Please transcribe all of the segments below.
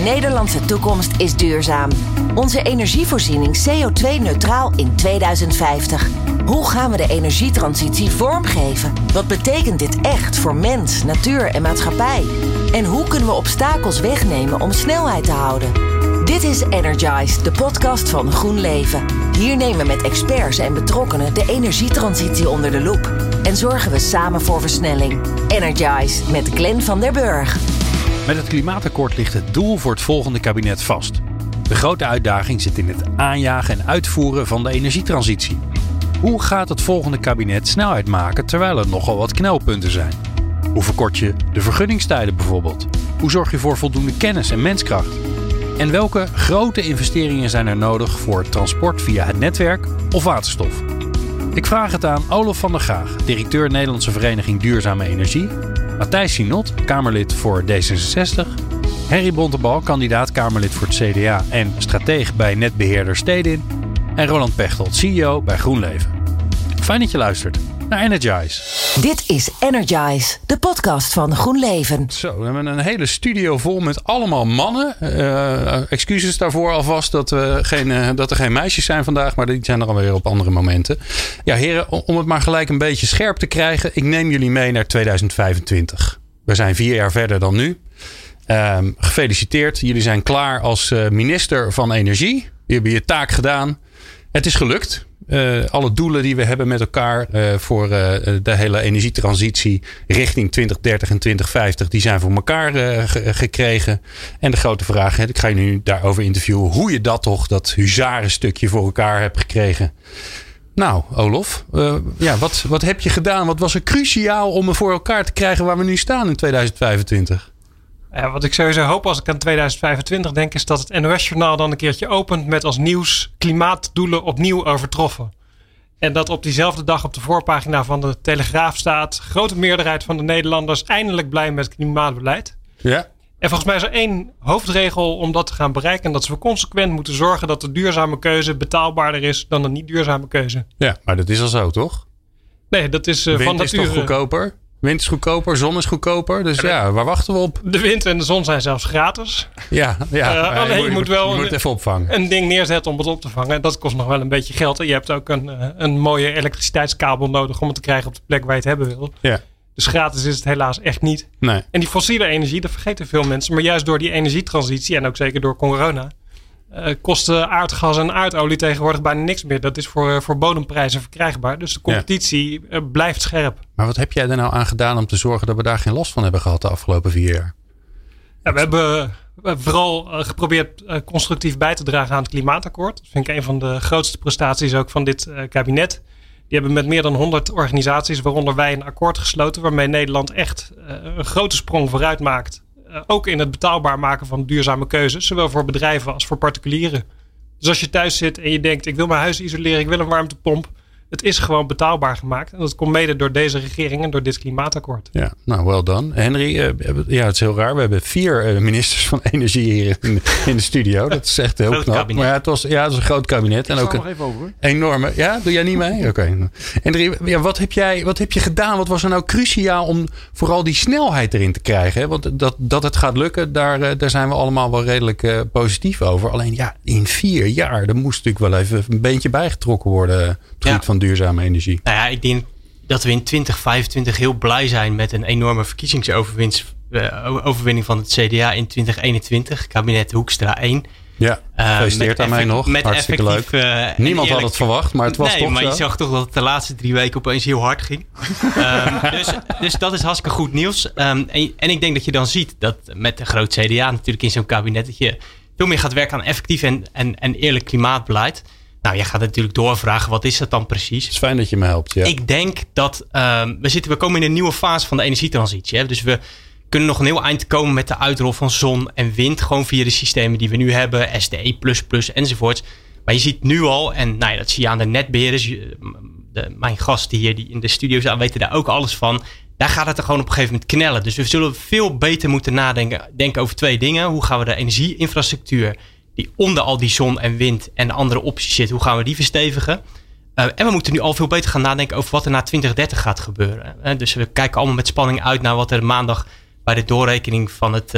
Nederlandse toekomst is duurzaam. Onze energievoorziening CO2-neutraal in 2050. Hoe gaan we de energietransitie vormgeven? Wat betekent dit echt voor mens, natuur en maatschappij? En hoe kunnen we obstakels wegnemen om snelheid te houden? Dit is Energize, de podcast van GroenLeven. Hier nemen we met experts en betrokkenen de energietransitie onder de loep. En zorgen we samen voor versnelling. Energize met Glenn van der Burg. Met het klimaatakkoord ligt het doel voor het volgende kabinet vast. De grote uitdaging zit in het aanjagen en uitvoeren van de energietransitie. Hoe gaat het volgende kabinet snelheid maken terwijl er nogal wat knelpunten zijn? Hoe verkort je de vergunningstijden bijvoorbeeld? Hoe zorg je voor voldoende kennis en menskracht? En welke grote investeringen zijn er nodig voor transport via het netwerk of waterstof? Ik vraag het aan Olof van der Gaag, directeur Nederlandse Vereniging Duurzame Energie, Matthijs Sinot, Kamerlid voor D66, Henry Bontebal, kandidaat Kamerlid voor het CDA en strateeg bij netbeheerder Stedin, en Roland Pechtold, CEO bij GroenLeven. Fijn dat je luistert naar Energize. Dit is Energize, de podcast van GroenLeven. Zo, we hebben een hele studio vol met allemaal mannen. Excuses daarvoor alvast dat er geen meisjes zijn vandaag, maar die zijn er alweer op andere momenten. Ja, heren, om het maar gelijk een beetje scherp te krijgen, ik neem jullie mee naar 2025. We zijn 4 jaar verder dan nu. Gefeliciteerd, jullie zijn klaar als minister van Energie. Jullie hebben je taak gedaan. Het is gelukt. Alle doelen die we hebben met elkaar voor de hele energietransitie richting 2030 en 2050, die zijn voor elkaar gekregen. En de grote vraag, ik ga je nu daarover interviewen, hoe je dat huzarenstukje voor elkaar hebt gekregen. Nou, Olof, wat heb je gedaan? Wat was er cruciaal om er voor elkaar te krijgen waar we nu staan in 2025? Ja, wat ik sowieso hoop als ik aan 2025 denk, is dat het NOS-journaal dan een keertje opent met als nieuws klimaatdoelen opnieuw overtroffen. En dat op diezelfde dag op de voorpagina van de Telegraaf staat: grote meerderheid van de Nederlanders eindelijk blij met het klimaatbeleid. Ja. En volgens mij is er 1 hoofdregel om dat te gaan bereiken. En dat is we consequent moeten zorgen dat de duurzame keuze betaalbaarder is dan de niet duurzame keuze. Ja, maar dat is al zo, toch? Nee, dat is van nature. Wind is toch goedkoper? Wind is goedkoper, zon is goedkoper. Dus ja, waar wachten we op? De wind en de zon zijn zelfs gratis. Ja. Alleen je moet wel het even opvangen. Een ding neerzetten om het op te vangen. En dat kost nog wel een beetje geld. En je hebt ook een mooie elektriciteitskabel nodig om het te krijgen op de plek waar je het hebben wil. Ja. Dus gratis is het helaas echt niet. Nee. En die fossiele energie, dat vergeten veel mensen. Maar juist door die energietransitie en ook zeker door corona, kosten aardgas en aardolie tegenwoordig bijna niks meer. Dat is voor bodemprijzen verkrijgbaar. Dus de competitie blijft scherp. Maar wat heb jij er nou aan gedaan om te zorgen dat we daar geen last van hebben gehad de afgelopen 4 jaar? Ja, we hebben vooral geprobeerd constructief bij te dragen aan het klimaatakkoord. Dat vind ik een van de grootste prestaties ook van dit kabinet. Die hebben met meer dan 100 organisaties, waaronder wij, een akkoord gesloten waarmee Nederland echt een grote sprong vooruit maakt. Ook in het betaalbaar maken van duurzame keuzes. Zowel voor bedrijven als voor particulieren. Dus als je thuis zit en je denkt, ik wil mijn huis isoleren, ik wil een warmtepomp. Het is gewoon betaalbaar gemaakt. En dat komt mede door deze regering en door dit klimaatakkoord. Ja, nou, well done. Henry, het is heel raar. We hebben 4 ministers van Energie hier in de studio. Dat is echt heel knap. Kabinet. Maar het was een groot kabinet. En ook nog even over. Enorme. Ja, doe jij niet mee? Oké. Henry, wat heb je gedaan? Wat was er nou cruciaal om vooral die snelheid erin te krijgen? Hè? Want dat het gaat lukken, daar zijn we allemaal wel redelijk positief over. Alleen in 4 jaar, er moest natuurlijk wel even een beentje bijgetrokken worden. Het gebied van duurzame energie. Nou ja, ik denk dat we in 2025 heel blij zijn met een enorme verkiezingsoverwinning van het CDA in 2021. Kabinet Hoekstra 1. Ja, gefeliciteerd aan mij nog. Hartstikke leuk. Niemand had het verwacht, maar het was toch zo. Nee, maar je zag toch dat het de laatste 3 weken opeens heel hard ging. Dus dat is hartstikke goed nieuws. En ik denk dat je dan ziet dat met een groot CDA natuurlijk in zo'n kabinet, dat je veel meer gaat werken aan effectief en eerlijk klimaatbeleid. Nou, jij gaat natuurlijk doorvragen, wat is dat dan precies? Het is fijn dat je me helpt, ja. Ik denk dat we komen in een nieuwe fase van de energietransitie. Hè? Dus we kunnen nog een heel eind komen met de uitrol van zon en wind. Gewoon via de systemen die we nu hebben. SDE++ enzovoorts. Maar je ziet nu al, en dat zie je aan de netbeheerders. Mijn gasten hier die in de studio zijn, weten daar ook alles van. Daar gaat het er gewoon op een gegeven moment knellen. Dus we zullen veel beter moeten nadenken over 2 dingen. Hoe gaan we de energieinfrastructuur die onder al die zon en wind en de andere opties zit, hoe gaan we die verstevigen? En we moeten nu al veel beter gaan nadenken over wat er na 2030 gaat gebeuren. Dus we kijken allemaal met spanning uit naar wat er maandag bij de doorrekening van het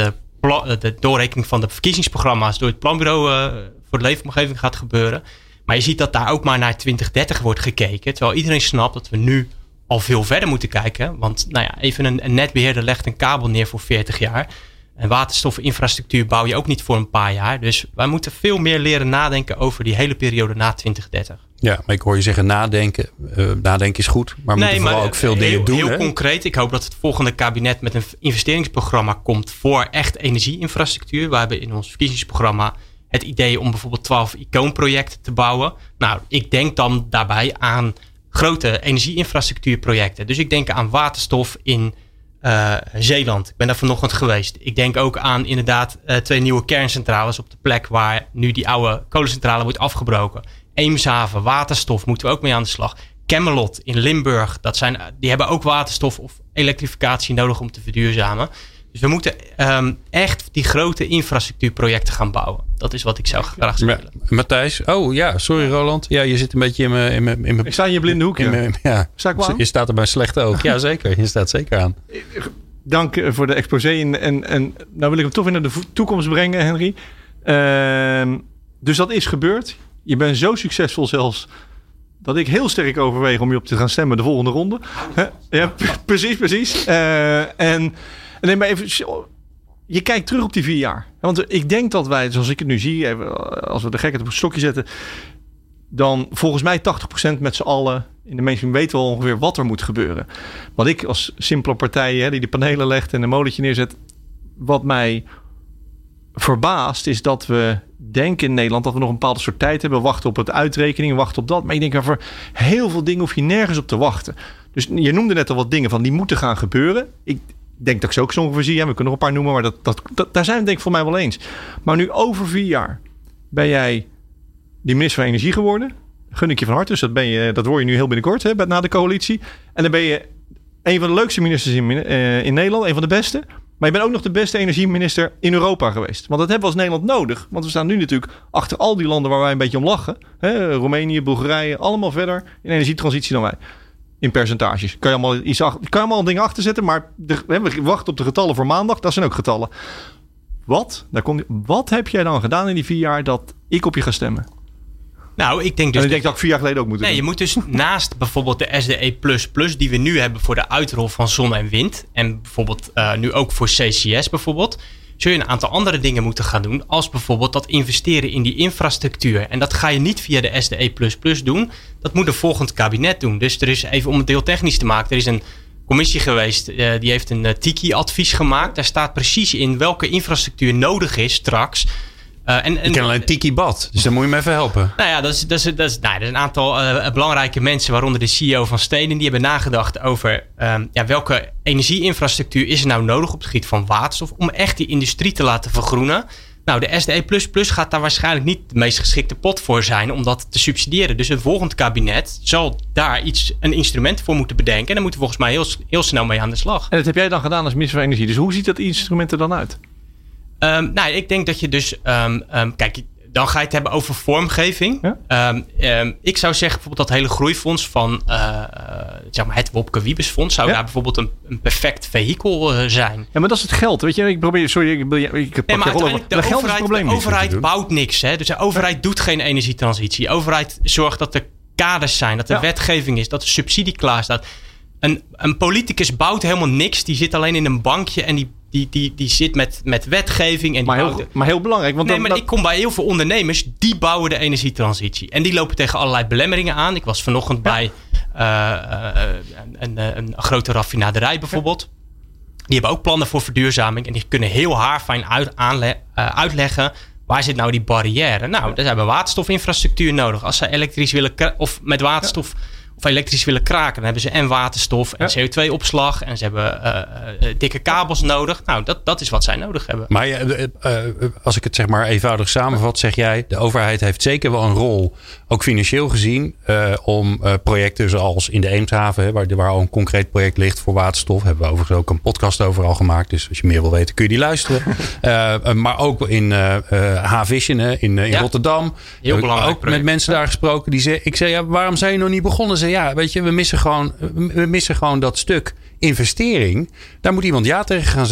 de doorrekening van de verkiezingsprogramma's door het Planbureau voor de Leefomgeving gaat gebeuren. Maar je ziet dat daar ook maar naar 2030 wordt gekeken. Terwijl iedereen snapt dat we nu al veel verder moeten kijken. Want even een netbeheerder legt een kabel neer voor 40 jaar. En waterstofinfrastructuur bouw je ook niet voor een paar jaar. Dus wij moeten veel meer leren nadenken over die hele periode na 2030. Ja, maar ik hoor je zeggen nadenken. Nadenken is goed, maar we moeten vooral ook veel dingen doen. Heel concreet. Ik hoop dat het volgende kabinet met een investeringsprogramma komt voor echt energieinfrastructuur. We hebben in ons verkiezingsprogramma het idee om bijvoorbeeld 12 icoonprojecten te bouwen. Nou, ik denk dan daarbij aan grote energieinfrastructuurprojecten. Dus ik denk aan waterstof in Zeeland. Ik ben daar vanochtend geweest. Ik denk ook aan inderdaad 2 nieuwe kerncentrales op de plek waar nu die oude kolencentrale wordt afgebroken. Eemshaven, waterstof, moeten we ook mee aan de slag. Camelot in Limburg, die hebben ook waterstof of elektrificatie nodig om te verduurzamen. Dus we moeten echt die grote infrastructuurprojecten gaan bouwen. Dat is wat ik zou graag zou willen. Matthijs, sorry Roland. Ja, je zit een beetje in mijn... Ik sta in je blinde hoekje. Sta ik wel aan? Je staat er bij een slechte oog. Ja, zeker. Je staat zeker aan. Dank voor de exposé. En nou wil ik hem toch weer naar de toekomst brengen, Henry. Dus dat is gebeurd. Je bent zo succesvol zelfs dat ik heel sterk overweeg om je op te gaan stemmen de volgende ronde. Ja, precies. Nee, maar even, je kijkt terug op die 4 jaar. Want ik denk dat wij, zoals ik het nu zie, als we de gekheid op een stokje zetten, dan volgens mij 80% met z'n allen in de mainstream weten wel ongeveer wat er moet gebeuren. Wat ik als simpele partij die de panelen legt en een molentje neerzet, wat mij verbaast is dat we denken in Nederland dat we nog een bepaalde soort tijd hebben. Wachten op het uitrekening, wachten op dat. Maar ik denk over heel veel dingen hoef je nergens op te wachten. Dus je noemde net al wat dingen van die moeten gaan gebeuren. Ik denk dat ik ze ook zo ongeveer zie. We kunnen nog een paar noemen, maar daar zijn we denk ik voor mij wel eens. Maar nu over 4 jaar ben jij die minister van Energie geworden. Gun ik je van harte. Dus dat word je nu heel binnenkort na de coalitie. En dan ben je een van de leukste ministers in Nederland. Een van de beste. Maar je bent ook nog de beste energieminister in Europa geweest. Want dat hebben we als Nederland nodig. Want we staan nu natuurlijk achter al die landen waar wij een beetje om lachen. Roemenië, Bulgarije, allemaal verder in energietransitie dan wij. In percentages. Kan je allemaal dingen achter zetten. Maar we wachten op de getallen voor maandag. Dat zijn ook getallen. Wat heb jij dan gedaan in die 4 jaar dat ik op je ga stemmen? Nou, ik denk dus... En ik denk dat ik 4 jaar geleden ook moet doen. Nee, je moet dus naast bijvoorbeeld de SDE++ die we nu hebben voor de uitrol van zon en wind. En bijvoorbeeld nu ook voor CCS bijvoorbeeld. Zul je een aantal andere dingen moeten gaan doen. Als bijvoorbeeld dat investeren in die infrastructuur. En dat ga je niet via de SDE++ doen. Dat moet een volgend kabinet doen. Dus er is, even om het heel technisch te maken. Er is een commissie geweest. Die heeft een TIKI-advies gemaakt. Daar staat precies in welke infrastructuur nodig is straks. Ik ken alleen Tiki Bad, dus dan moet je me even helpen. Nou ja, dat is een aantal belangrijke mensen, waaronder de CEO van Steden, die hebben nagedacht over welke energieinfrastructuur is er nou nodig op het gebied van waterstof om echt die industrie te laten vergroenen. Nou, de SDE++ gaat daar waarschijnlijk niet de meest geschikte pot voor zijn om dat te subsidiëren. Dus een volgend kabinet zal daar een instrument voor moeten bedenken. En daar moeten we volgens mij heel snel mee aan de slag. En dat heb jij dan gedaan als minister van Energie. Dus hoe ziet dat instrument er dan uit? Ik denk dat je dus... kijk, dan ga je het hebben over vormgeving. Ja? Ik zou zeggen bijvoorbeeld dat hele groeifonds van het Wopke Wiebes-fonds zou daar bijvoorbeeld een perfect vehikel zijn. Ja, maar dat is het geld. Weet je, ik probeer... Sorry, de overheid bouwt niks. Hè? Dus de overheid doet geen energietransitie. De overheid zorgt dat er kaders zijn, dat er wetgeving is, dat er subsidie klaar staat. Een politicus bouwt helemaal niks. Die zit alleen in een bankje en die zit met wetgeving. En maar heel belangrijk. Want ik kom bij heel veel ondernemers. Die bouwen de energietransitie. En die lopen tegen allerlei belemmeringen aan. Ik was vanochtend bij een grote raffinaderij bijvoorbeeld. Die hebben ook plannen voor verduurzaming. En die kunnen heel haarfijn uitleggen. Waar zit nou die barrière? Nou, daar hebben we waterstofinfrastructuur nodig. Als ze elektrisch willen of met waterstof of elektrisch willen kraken, dan hebben ze en waterstof en CO2-opslag en ze hebben dikke kabels nodig. Nou, dat is wat zij nodig hebben. Maar als ik het zeg maar eenvoudig samenvat, zeg jij, de overheid heeft zeker wel een rol, ook financieel gezien, om projecten zoals in de Eemshaven, waar al een concreet project ligt voor waterstof, hebben we overigens ook een podcast over al gemaakt. Dus als je meer wil weten, kun je die luisteren. Maar ook in Havision in Rotterdam. Heel belangrijk ook project. Met mensen daar gesproken. Ik zei, waarom zijn je nog niet begonnen? Ja, weet je, we missen gewoon dat stuk investering. Daar moet iemand ja tegen gaan zeggen.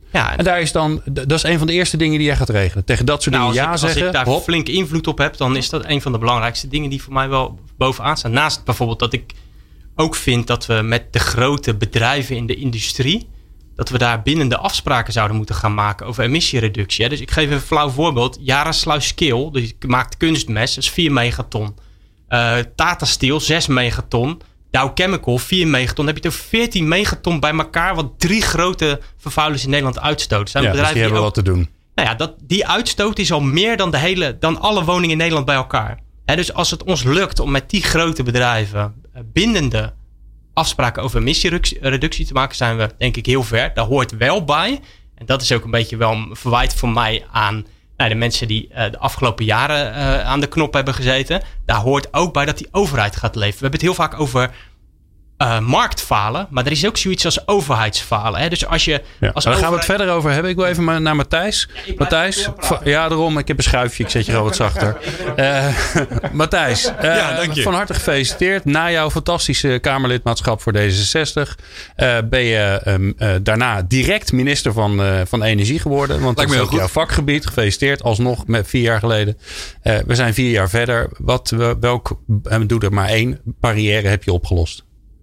En daar is dan, dat is een van de eerste dingen die jij gaat regelen. Tegen dat soort dingen zeggen. Als ik daar flink invloed op heb, dan is dat een van de belangrijkste dingen die voor mij wel bovenaan staan. Naast bijvoorbeeld dat ik ook vind dat we met de grote bedrijven in de industrie, dat we daar bindende afspraken zouden moeten gaan maken over emissiereductie. Dus ik geef een flauw voorbeeld. Yara Sluiskil, die maakt kunstmest, dat is 4 megaton. Tata Steel, 6 megaton. Dow Chemical, 4 megaton. Dan heb je toch 14 megaton bij elkaar, wat 3 grote vervuilers in Nederland uitstoten. Zijn bedrijven dus die hebben wat te doen. Nou ja, die uitstoot is al meer dan alle woningen in Nederland bij elkaar. Dus als het ons lukt om met die grote bedrijven bindende afspraken over emissiereductie te maken, zijn we denk ik heel ver. Daar hoort wel bij. En dat is ook een beetje wel een verwijt van mij aan de mensen die de afgelopen jaren aan de knop hebben gezeten. Daar hoort ook bij dat die overheid gaat leven. We hebben het heel vaak over marktfalen. Maar er is ook zoiets als overheidsfalen. Hè? Dus als je als daar gaan we het verder over hebben. Ik wil even naar Matthijs. Matthijs, daarom. Ik heb een schuifje. Ik zet je gewoon wat zachter. Matthijs, van harte gefeliciteerd. Na jouw fantastische Kamerlidmaatschap voor D66 ben je daarna direct minister van Energie geworden. Want dat is ook jouw vakgebied. Gefeliciteerd. Alsnog 4 jaar geleden. We zijn 4 jaar verder. Doe er maar 1 barrière heb je opgelost?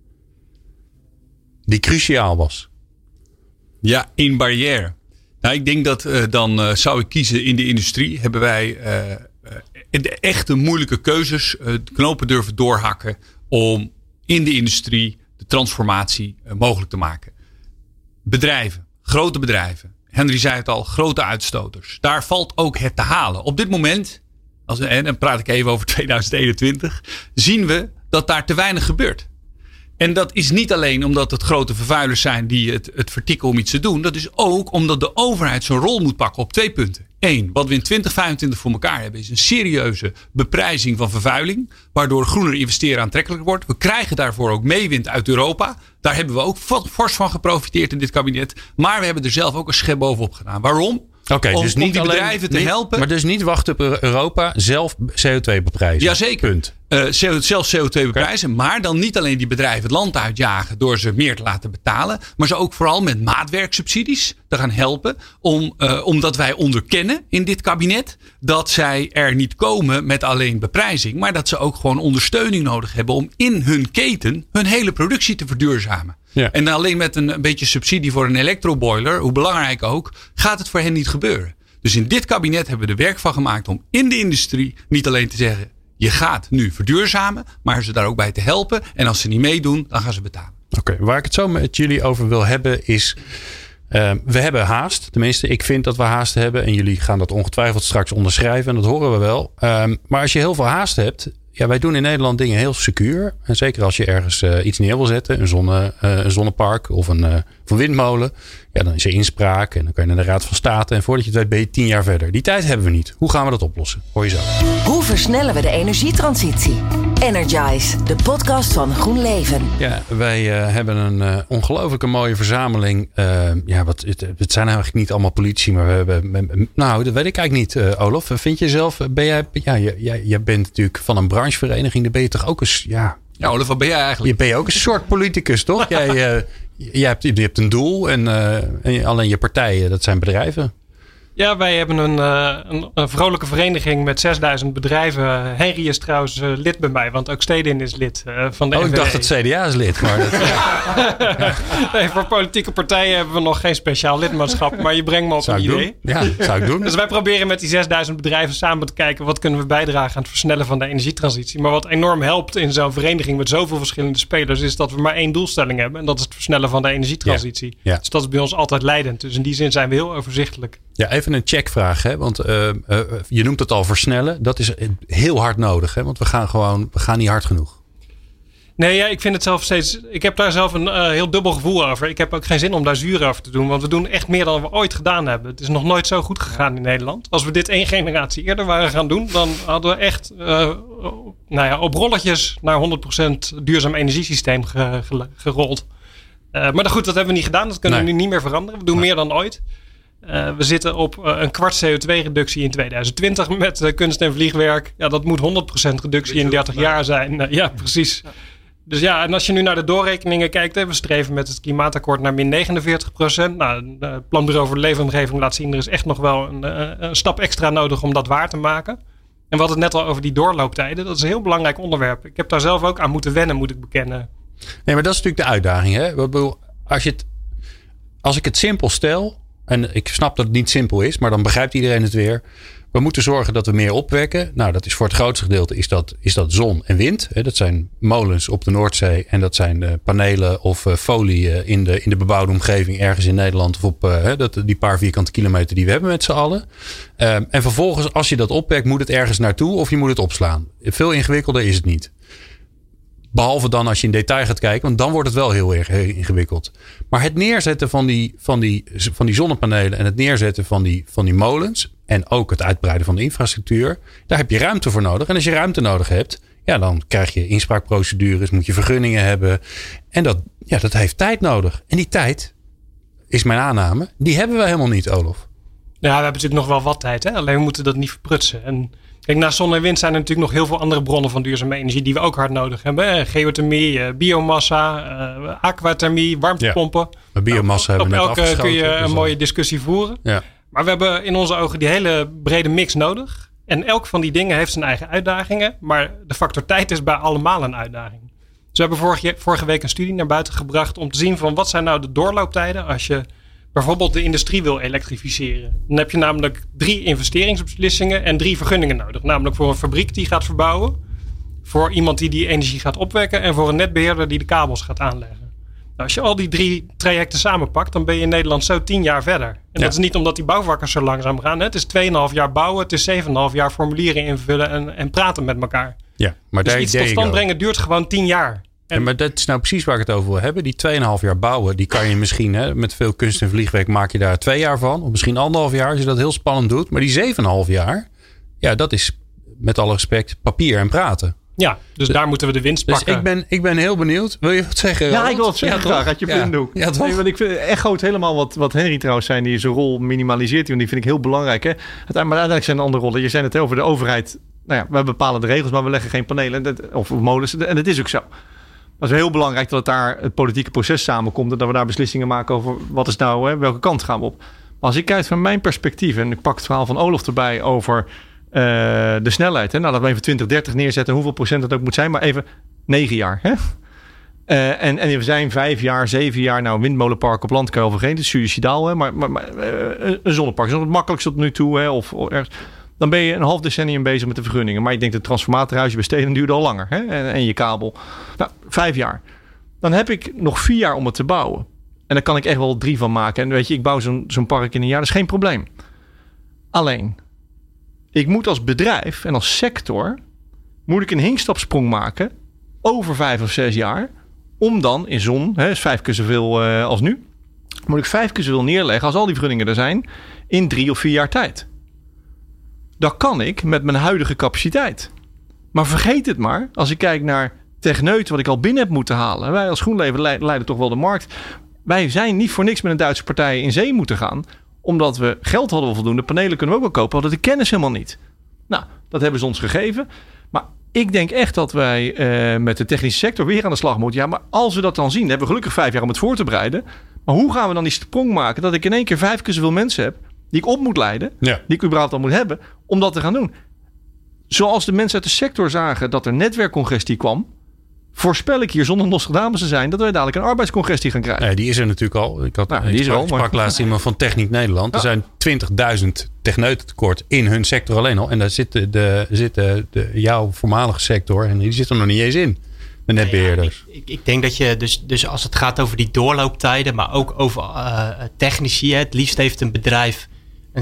Die cruciaal was. Ja, 1 barrière. Nou, ik denk dat dan zou ik kiezen in de industrie. Hebben wij de echte moeilijke keuzes, knopen durven doorhakken om in de industrie de transformatie mogelijk te maken. Bedrijven, grote bedrijven. Henry zei het al, grote uitstoters. Daar valt ook het te halen. Op dit moment, en dan praat ik even over 2021, zien we dat daar te weinig gebeurt. En dat is niet alleen omdat het grote vervuilers zijn die het vertikken om iets te doen. Dat is ook omdat de overheid zijn rol moet pakken op 2 punten. 1, wat we in 2025 voor elkaar hebben is een serieuze beprijzing van vervuiling. Waardoor groener investeren aantrekkelijker wordt. We krijgen daarvoor ook meewind uit Europa. Daar hebben we ook fors van geprofiteerd in dit kabinet. Maar we hebben er zelf ook een schep bovenop gedaan. Waarom? Dus om die bedrijven te helpen. Maar dus niet wachten op Europa zelf CO2 beprijzen. Jazeker. Punt. Zelf CO2 beprijzen. Maar dan niet alleen die bedrijven het land uitjagen door ze meer te laten betalen. Maar ze ook vooral met maatwerksubsidies te gaan helpen. Omdat wij onderkennen in dit kabinet dat zij er niet komen met alleen beprijzing. Maar dat ze ook gewoon ondersteuning nodig hebben om in hun keten hun hele productie te verduurzamen. Ja. En alleen met een beetje subsidie voor een elektroboiler, hoe belangrijk ook, gaat het voor hen niet gebeuren. Dus in dit kabinet hebben we er werk van gemaakt om in de industrie niet alleen te zeggen, je gaat nu verduurzamen, maar ze daar ook bij te helpen. En als ze niet meedoen, dan gaan ze betalen. Oké, waar ik het zo met jullie over wil hebben is, we hebben haast. Tenminste, ik vind dat we haast hebben. En jullie gaan dat ongetwijfeld straks onderschrijven. En dat horen we wel. Maar als je heel veel haast hebt. Ja, wij doen in Nederland dingen heel secuur. En zeker als je ergens iets neer wil zetten. Een zonnepark of een windmolen. Ja, dan is er inspraak. En dan kan je naar de Raad van State. En voordat je het weet ben je 10 jaar verder. Die tijd hebben we niet. Hoe gaan we dat oplossen? Hoor je zo. Hoe versnellen we de energietransitie? Energize, de podcast van GroenLeven. Ja, wij hebben een ongelooflijke mooie verzameling. Het zijn eigenlijk niet allemaal politici, maar we hebben. Nou, dat weet ik eigenlijk niet, Olof. Vind je zelf, jij bent natuurlijk van een branchevereniging. Dan ben je toch ook eens. Ja, Olof, wat ben jij eigenlijk? Je ben je ook een soort politicus, toch? Je hebt een doel en alleen je partijen, dat zijn bedrijven. Ja, wij hebben een vrolijke vereniging met 6000 bedrijven. Henry is trouwens lid bij mij, want ook Stedin is lid van de NVA. Ik dacht dat CDA is lid. Maar Nee, voor politieke partijen hebben we nog geen speciaal lidmaatschap. Maar je brengt me op een idee. Ja, zou ik doen. Dus wij proberen met die 6000 bedrijven samen te kijken, wat kunnen we bijdragen aan het versnellen van de energietransitie. Maar wat enorm helpt in zo'n vereniging met zoveel verschillende spelers, is dat we maar 1 doelstelling hebben. En dat is het versnellen van de energietransitie. Ja. Dus dat is bij ons altijd leidend. Dus in die zin zijn we heel overzichtelijk. Ja, even een checkvraag. Hè? Want je noemt het al versnellen. Dat is heel hard nodig. Hè? Want we gaan niet hard genoeg. Nee, ja, ik vind het zelf steeds. Ik heb daar zelf een heel dubbel gevoel over. Ik heb ook geen zin om daar zuur over te doen. Want we doen echt meer dan we ooit gedaan hebben. Het is nog nooit zo goed gegaan in Nederland. Als we dit 1 generatie eerder waren gaan doen, dan hadden we echt op rolletjes naar 100% duurzaam energiesysteem gerold. Maar goed, dat hebben we niet gedaan. Dat kunnen we nu niet meer veranderen. We doen meer dan ooit. We zitten op een kwart CO2-reductie in 2020 met kunst en vliegwerk. Ja, dat moet 100% reductie in 30 jaar zijn. Ja, precies. Dus ja, en als je nu naar de doorrekeningen kijkt, we streven met het klimaatakkoord naar min 49%. Nou, het Planbureau voor de Leefomgeving laat zien, er is echt nog wel een stap extra nodig om dat waar te maken. En we hadden het net al over die doorlooptijden. Dat is een heel belangrijk onderwerp. Ik heb daar zelf ook aan moeten wennen, moet ik bekennen. Nee, maar dat is natuurlijk de uitdaging. Hè? Als ik het simpel stel, en ik snap dat het niet simpel is, maar dan begrijpt iedereen het weer. We moeten zorgen dat we meer opwekken. Nou, dat is voor het grootste gedeelte is dat zon en wind. Dat zijn molens op de Noordzee en dat zijn panelen of folie in de bebouwde omgeving ergens in Nederland of op die paar vierkante kilometer die we hebben met z'n allen. En vervolgens, als je dat opwekt, moet het ergens naartoe of je moet het opslaan. Veel ingewikkelder is het niet. Behalve dan als je in detail gaat kijken, want dan wordt het wel heel erg ingewikkeld. Maar het neerzetten van die zonnepanelen en het neerzetten van die molens en ook het uitbreiden van de infrastructuur, daar heb je ruimte voor nodig. En als je ruimte nodig hebt, ja, dan krijg je inspraakprocedures, moet je vergunningen hebben. En dat heeft tijd nodig. En die tijd, is mijn aanname, die hebben we helemaal niet, Olof. Ja, we hebben natuurlijk nog wel wat tijd. Hè? Alleen we moeten dat niet verprutsen. En kijk, naast zon en wind zijn er natuurlijk nog heel veel andere bronnen van duurzame energie die we ook hard nodig hebben. Geothermie, biomassa, aquathermie, warmtepompen. Ja, maar biomassa hebben we net afgeschoten. Kun je een mooie discussie voeren. Ja. Maar we hebben in onze ogen die hele brede mix nodig. En elk van die dingen heeft zijn eigen uitdagingen. Maar de factor tijd is bij allemaal een uitdaging. Dus we hebben vorige week een studie naar buiten gebracht om te zien van wat zijn nou de doorlooptijden als je bijvoorbeeld de industrie wil elektrificeren. Dan heb je namelijk 3 investeringsbeslissingen en 3 vergunningen nodig. Namelijk voor een fabriek die gaat verbouwen, voor iemand die energie gaat opwekken en voor een netbeheerder die de kabels gaat aanleggen. Nou, als je al die 3 trajecten samenpakt, dan ben je in Nederland zo 10 jaar verder. En dat is niet omdat die bouwvakkers zo langzaam gaan. Hè? Het is 2,5 jaar bouwen, het is 7,5 jaar formulieren invullen en praten met elkaar. Ja, maar dus iets tot stand brengen duurt gewoon 10 jaar. Ja, maar dat is nou precies waar ik het over wil hebben. Die 2,5 jaar bouwen, die kan je misschien met veel kunst en vliegwerk maak je daar 2 jaar van. Of misschien 1,5 jaar als je dat heel spannend doet. Maar die 7,5 jaar, ja, dat is met alle respect papier en praten. Ja, dus daar moeten we de winst pakken. Dus ik ben heel benieuwd. Wil je wat zeggen? Ja, ik wil het zeggen graag. Uit je blinddoek. Ja, toch? Nee, want ik echoot helemaal wat Henry trouwens zei. Die zijn rol minimaliseert. En die vind ik heel belangrijk. Hè? Maar uiteindelijk zijn er andere rollen. Je zei het over de overheid. Nou ja, we bepalen de regels, maar we leggen geen panelen of molens. En dat is ook zo. Dat is heel belangrijk dat daar het politieke proces samenkomt. En dat we daar beslissingen maken over wat is nou, welke kant gaan we op. Maar als ik kijk van mijn perspectief. En ik pak het verhaal van Olof erbij over de snelheid. Hè? Nou, dat we even 2030 neerzetten. Hoeveel procent dat ook moet zijn. Maar even 9 jaar. Hè? En we zijn 5 jaar, 7 jaar. Nou, een windmolenpark op land kan je overheen. Dat is suicidaal. Hè? Maar een zonnepark is nog het makkelijkste tot nu toe. Hè? Of ergens. Dan ben je een half decennium bezig met de vergunningen. Maar ik denk dat het transformatorhuisje besteden duurde al langer. Hè? En je kabel. Nou, 5 jaar. Dan heb ik nog 4 jaar om het te bouwen. En daar kan ik echt wel 3 van maken. En weet je, ik bouw zo'n park in een jaar. Dat is geen probleem. Alleen, ik moet als bedrijf en als sector moet ik een hinkstapsprong maken over 5 of 6 jaar. Om dan in zon, is 5 keer zoveel als nu. Moet ik 5 keer zoveel neerleggen als al die vergunningen er zijn in 3 of 4 jaar tijd. Dat kan ik met mijn huidige capaciteit. Maar vergeet het maar. Als ik kijk naar techneut wat ik al binnen heb moeten halen. Wij als GroenLeven leiden toch wel de markt. Wij zijn niet voor niks met een Duitse partij in zee moeten gaan. Omdat we geld hadden voldoende. Panelen kunnen we ook wel kopen. Hadden de kennis helemaal niet. Nou, dat hebben ze ons gegeven. Maar ik denk echt dat wij met de technische sector weer aan de slag moeten. Ja, maar als we dat dan zien. Dan hebben we gelukkig 5 jaar om het voor te bereiden. Maar hoe gaan we dan die sprong maken. Dat ik in één keer 5 keer zoveel mensen heb. Die ik op moet leiden. Ja. Die ik überhaupt al moet hebben. Om dat te gaan doen. Zoals de mensen uit de sector zagen dat er netwerkcongestie kwam. Voorspel ik hier zonder Nostradamus te zijn. Dat wij dadelijk een arbeidscongestie gaan krijgen. Nee, die is er natuurlijk al. Ik sprak laatst iemand van Techniek Nederland. Ja. Er zijn 20.000 techneuten tekort in hun sector alleen al. En daar zit jouw voormalige sector. En die zit er nog niet eens in. De netbeheerders. Ja, ik denk dat je dus als het gaat over die doorlooptijden. Maar ook over technici. Het liefst heeft een bedrijf een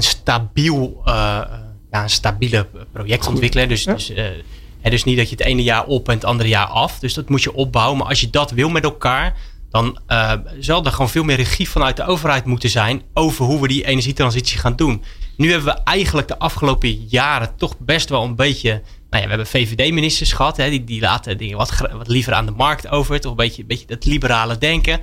stabiele projectontwikkelaar. Dus niet dat je het ene jaar op en het andere jaar af. Dus dat moet je opbouwen. Maar als je dat wil met elkaar, dan zal er gewoon veel meer regie vanuit de overheid moeten zijn over hoe we die energietransitie gaan doen. Nu hebben we eigenlijk de afgelopen jaren toch best wel een beetje. We hebben VVD-ministers gehad. Hè, die laten dingen wat liever aan de markt over. Toch een beetje dat liberale denken.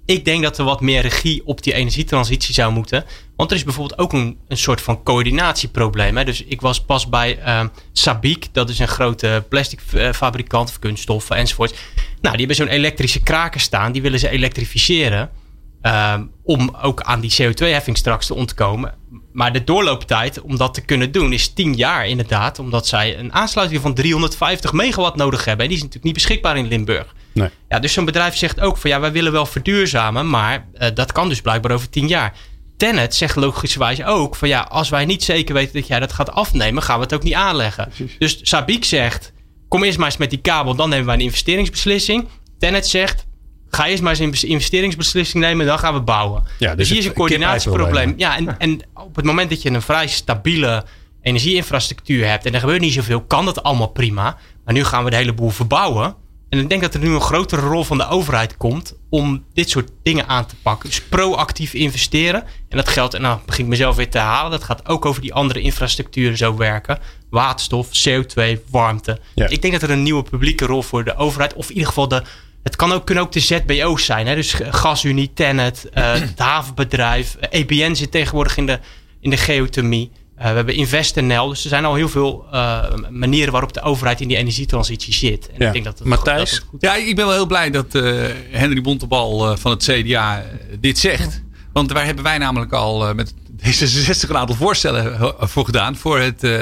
Ik denk dat er wat meer regie op die energietransitie zou moeten. Want er is bijvoorbeeld ook een soort van coördinatieprobleem. Hè? Dus ik was pas bij Sabic. Dat is een grote plasticfabrikant of kunststoffen enzovoort. Nou, die hebben zo'n elektrische kraker staan. Die willen ze elektrificeren. Om ook aan die CO2-heffing straks te ontkomen. Maar de doorlooptijd om dat te kunnen doen is 10 jaar inderdaad. Omdat zij een aansluiting van 350 megawatt nodig hebben. En die is natuurlijk niet beschikbaar in Limburg. Nee. Ja, dus zo'n bedrijf zegt ook van wij willen wel verduurzamen. Maar dat kan dus blijkbaar over 10 jaar. TenneT zegt logischerwijs ook van als wij niet zeker weten dat jij dat gaat afnemen, gaan we het ook niet aanleggen. Precies. Dus Sabic zegt, kom eerst maar eens met die kabel, dan nemen wij een investeringsbeslissing. TenneT zegt, ga eerst maar eens een investeringsbeslissing nemen, dan gaan we bouwen. Ja, dus hier is een coördinatieprobleem. Ja, en op het moment dat je een vrij stabiele energieinfrastructuur hebt en er gebeurt niet zoveel, kan dat allemaal prima. Maar nu gaan we de hele boel verbouwen. En ik denk dat er nu een grotere rol van de overheid komt om dit soort dingen aan te pakken. Dus proactief investeren. En dat geldt, en dan begin ik mezelf weer te herhalen, dat gaat ook over die andere infrastructuren zo werken. Waterstof, CO2, warmte. Ja. Ik denk dat er een nieuwe publieke rol voor de overheid, of in ieder geval het kunnen ook de ZBO's zijn. Hè? Dus GasUnie, TenneT, het havenbedrijf. EBN zit tegenwoordig in de geothermie. We hebben InvestNL. Dus er zijn al heel veel manieren waarop de overheid in die energietransitie zit. En ik denk dat Matthijs? Ja, ik ben wel heel blij dat Henry Bontebal van het CDA dit zegt. Want daar hebben wij namelijk al met D66 een aantal voorstellen voor gedaan. Voor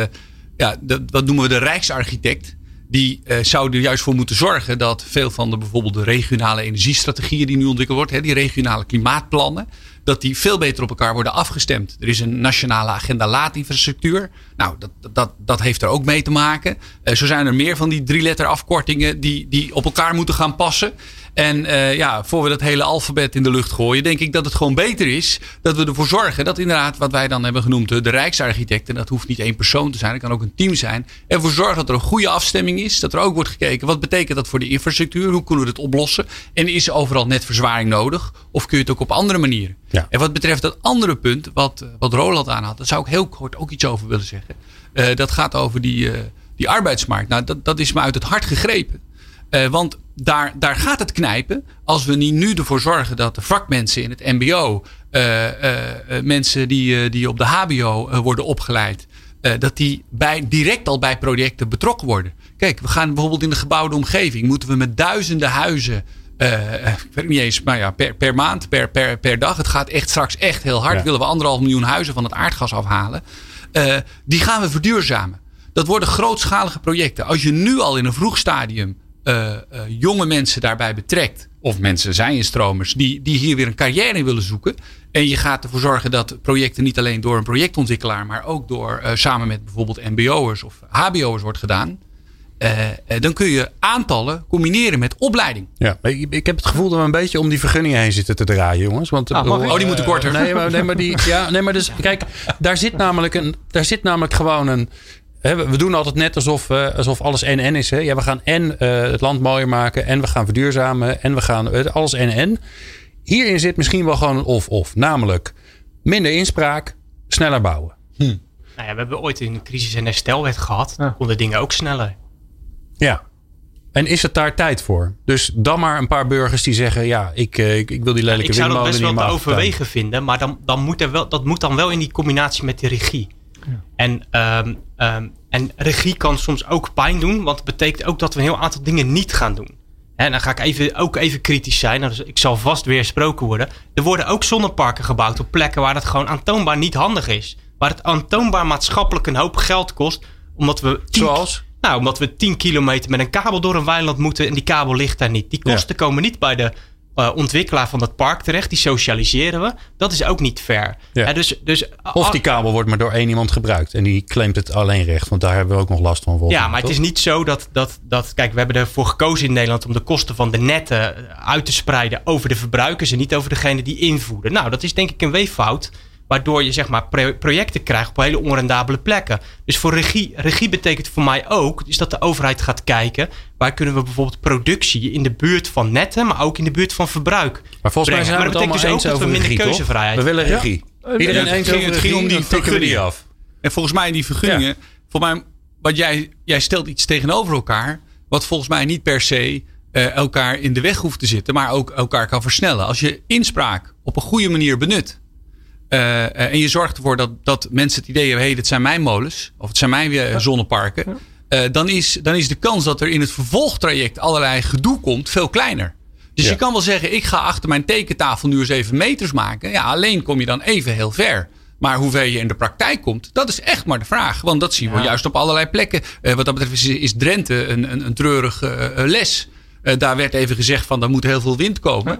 wat noemen we de Rijksarchitect. Die zou er juist voor moeten zorgen dat veel van bijvoorbeeld de regionale energiestrategieën die nu ontwikkeld worden, die regionale klimaatplannen, dat die veel beter op elkaar worden afgestemd. Er is een nationale agenda laadinfrastructuur. Nou, dat heeft er ook mee te maken. Zo zijn er meer van die 3-letter afkortingen die op elkaar moeten gaan passen. En voor we dat hele alfabet in de lucht gooien, denk ik dat het gewoon beter is dat we ervoor zorgen dat inderdaad wat wij dan hebben genoemd de Rijksarchitect, en dat hoeft niet één persoon te zijn, het kan ook een team zijn, ervoor zorgen dat er een goede afstemming is, dat er ook wordt gekeken wat betekent dat voor de infrastructuur, hoe kunnen we het oplossen en is er overal net verzwaring nodig of kun je het ook op andere manieren. Ja. En wat betreft dat andere punt wat Roland aanhaalt, daar zou ik heel kort ook iets over willen zeggen. Dat gaat over die arbeidsmarkt. Nou, dat is me uit het hart gegrepen. Want daar gaat het knijpen als we niet nu ervoor zorgen dat de vakmensen in het mbo, mensen die op de hbo worden opgeleid, dat die direct al bij projecten betrokken worden. Kijk, we gaan bijvoorbeeld in de gebouwde omgeving, moeten we met duizenden huizen, ik weet niet eens, maar per maand, per dag. Het gaat straks echt heel hard. Ja. Willen we 1,5 miljoen huizen van het aardgas afhalen. Die gaan we verduurzamen. Dat worden grootschalige projecten. Als je nu al in een vroeg stadium jonge mensen daarbij betrekt, of mensen zijn instromers die hier weer een carrière in willen zoeken, en je gaat ervoor zorgen dat projecten niet alleen door een projectontwikkelaar, maar ook door samen met bijvoorbeeld mbo'ers of hbo'ers wordt gedaan, dan kun je aantallen combineren met opleiding. Ja, ik heb het gevoel dat we een beetje om die vergunningen heen zitten te draaien, jongens. Want, die moeten korter. Nee, maar dus kijk, daar zit namelijk gewoon een. We doen altijd net alsof alles en is. Hè? Ja, we gaan het land mooier maken en we gaan verduurzamen en we gaan alles en. Hierin zit misschien wel gewoon een of. Namelijk minder inspraak, sneller bouwen. Nou ja, we hebben ooit een crisis- en herstelwet gehad. Dan konden dingen ook sneller. Ja. En is het daar tijd voor? Dus dan maar een paar burgers die zeggen, ja, ik wil die lelijke windmolen niet. Ik zou dat best wel te overwegen vinden. Maar dat moet dan wel in die combinatie met de regie. Ja. En regie kan soms ook pijn doen. Want het betekent ook dat we een heel aantal dingen niet gaan doen. En dan ga ik ook even kritisch zijn. Dus ik zal vast weersproken worden. Er worden ook zonneparken gebouwd op plekken waar het gewoon aantoonbaar niet handig is. Waar het aantoonbaar maatschappelijk een hoop geld kost. Omdat we 10 kilometer met een kabel door een weiland moeten. En die kabel ligt daar niet. Die kosten komen niet bij de ontwikkelaar van dat park terecht. Die socialiseren we. Dat is ook niet fair. Ja. Of die kabel wordt maar door één iemand gebruikt. En die claimt het alleen recht. Want daar hebben we ook nog last van. Ja, maar het is niet zo dat... Kijk, we hebben ervoor gekozen in Nederland om de kosten van de netten uit te spreiden over de verbruikers en niet over degene die invoeren. Nou, dat is denk ik een weeffout. Waardoor je zeg maar projecten krijgt op hele onrendabele plekken. Dus voor regie betekent voor mij ook dus dat de overheid gaat kijken. Waar kunnen we bijvoorbeeld productie in de buurt van netten, maar ook in de buurt van verbruik. Maar volgens mij zijn we het allemaal eens over minder regie, keuzevrijheid. We willen regie. Ja. Iedereen eens over regie, om die vergunningen af. En volgens mij die vergunningen, wat jij stelt iets tegenover elkaar, wat volgens mij niet per se elkaar in de weg hoeft te zitten, maar ook elkaar kan versnellen. Als je inspraak op een goede manier benut en je zorgt ervoor dat mensen het idee hebben, dit zijn mijn molens of het zijn mijn zonneparken, dan is de kans dat er in het vervolgtraject allerlei gedoe komt veel kleiner. Dus je kan wel zeggen, ik ga achter mijn tekentafel nu eens even meters maken. Ja, alleen kom je dan even heel ver. Maar hoe ver je in de praktijk komt, dat is echt maar de vraag. Want dat zien we juist op allerlei plekken. Wat dat betreft is Drenthe een treurige les. Daar werd even gezegd van, er moet heel veel wind komen.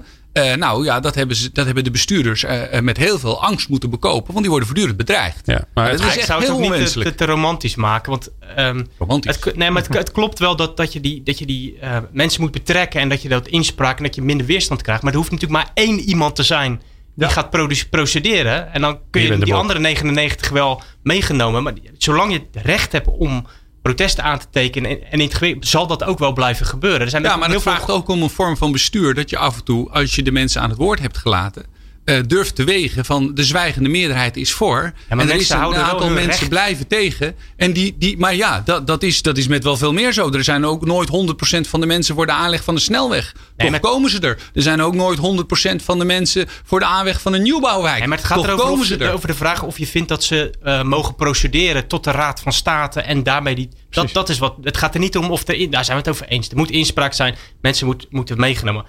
Dat hebben de bestuurders met heel veel angst moeten bekopen. Want die worden voortdurend bedreigd. Ja, maar het is echt zou het heel ook niet te romantisch maken. Want romantisch. Het klopt wel dat je die mensen moet betrekken. En dat je dat inspraak en dat je minder weerstand krijgt. Maar er hoeft natuurlijk maar één iemand te zijn die gaat procederen. En dan kun je die andere 99 wel meegenomen. Maar zolang je het recht hebt om protesten aan te tekenen en in het gebied, zal dat ook wel blijven gebeuren. Er zijn maar het vraagt ook om een vorm van bestuur. Dat je af en toe, als je de mensen aan het woord hebt gelaten, durft te wegen van de zwijgende meerderheid is voor. En er is een aantal mensen blijven tegen. En maar dat is met wel veel meer zo. Er zijn ook nooit 100% van de mensen voor de aanleg van de snelweg. Toch komen ze er. Er zijn ook nooit 100% van de mensen voor de aanleg van een nieuwbouwwijk. Maar het gaat over de vraag of je vindt dat ze mogen procederen tot de Raad van State en daarmee dat is wat. Het gaat er niet om daar zijn we het over eens. Er moet inspraak zijn. Mensen moeten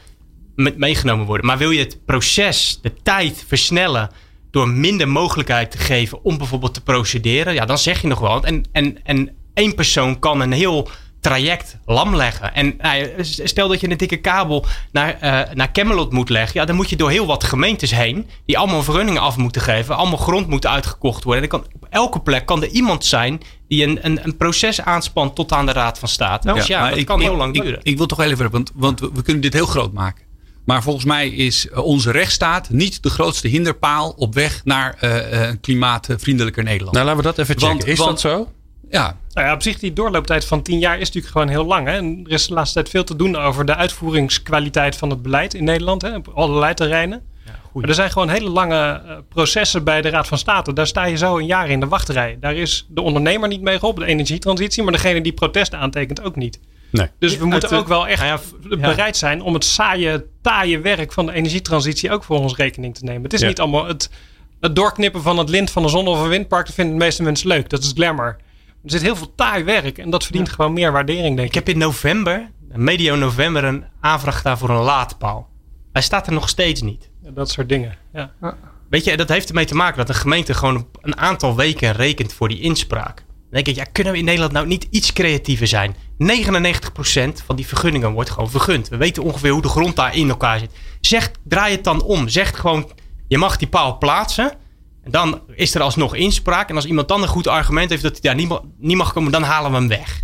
meegenomen worden. Maar wil je het proces, de tijd versnellen door minder mogelijkheid te geven om bijvoorbeeld te procederen, ja, dan zeg je nog wel. En één persoon kan een heel traject lam leggen. En stel dat je een dikke kabel naar Camelot moet leggen, ja, dan moet je door heel wat gemeentes heen die allemaal vergunningen af moeten geven, allemaal grond moeten uitgekocht worden. En op elke plek kan er iemand zijn die een proces aanspant tot aan de Raad van State. Dus dat kan heel lang duren. Ik wil toch wel even, want we kunnen dit heel groot maken. Maar volgens mij is onze rechtsstaat niet de grootste hinderpaal op weg naar een klimaatvriendelijker Nederland. Nou, laten we dat even checken. Is dat zo? Ja. Nou ja, op zich die doorlooptijd van 10 jaar is natuurlijk gewoon heel lang. Hè? En er is de laatste tijd veel te doen over de uitvoeringskwaliteit van het beleid in Nederland. Hè? Op allerlei terreinen. Ja, maar er zijn gewoon hele lange processen bij de Raad van State. Daar sta je zo een jaar in de wachtrij. Daar is de ondernemer niet mee geholpen, de energietransitie. Maar degene die protesten aantekent ook niet. Nee. Dus we moeten ook wel echt bereid zijn om het taaie werk van de energietransitie ook voor ons rekening te nemen. Het is niet allemaal het doorknippen van het lint van een zonne- of een windpark. Dat vinden de meeste mensen leuk. Dat is glamour. Er zit heel veel taai werk en dat verdient gewoon meer waardering, denk ik. Ik heb in november, medio november, een aanvraag gedaan voor een laadpaal. Hij staat er nog steeds niet. Ja, dat soort dingen, ja. Weet je, dat heeft ermee te maken dat een gemeente gewoon een aantal weken rekent voor die inspraak. Dan denk ik, kunnen we in Nederland nou niet iets creatiever zijn? 99% van die vergunningen wordt gewoon vergund. We weten ongeveer hoe de grond daar in elkaar zit. Draai het dan om. Zeg gewoon, je mag die paal plaatsen. En dan is er alsnog inspraak. En als iemand dan een goed argument heeft dat hij daar niet mag komen, dan halen we hem weg.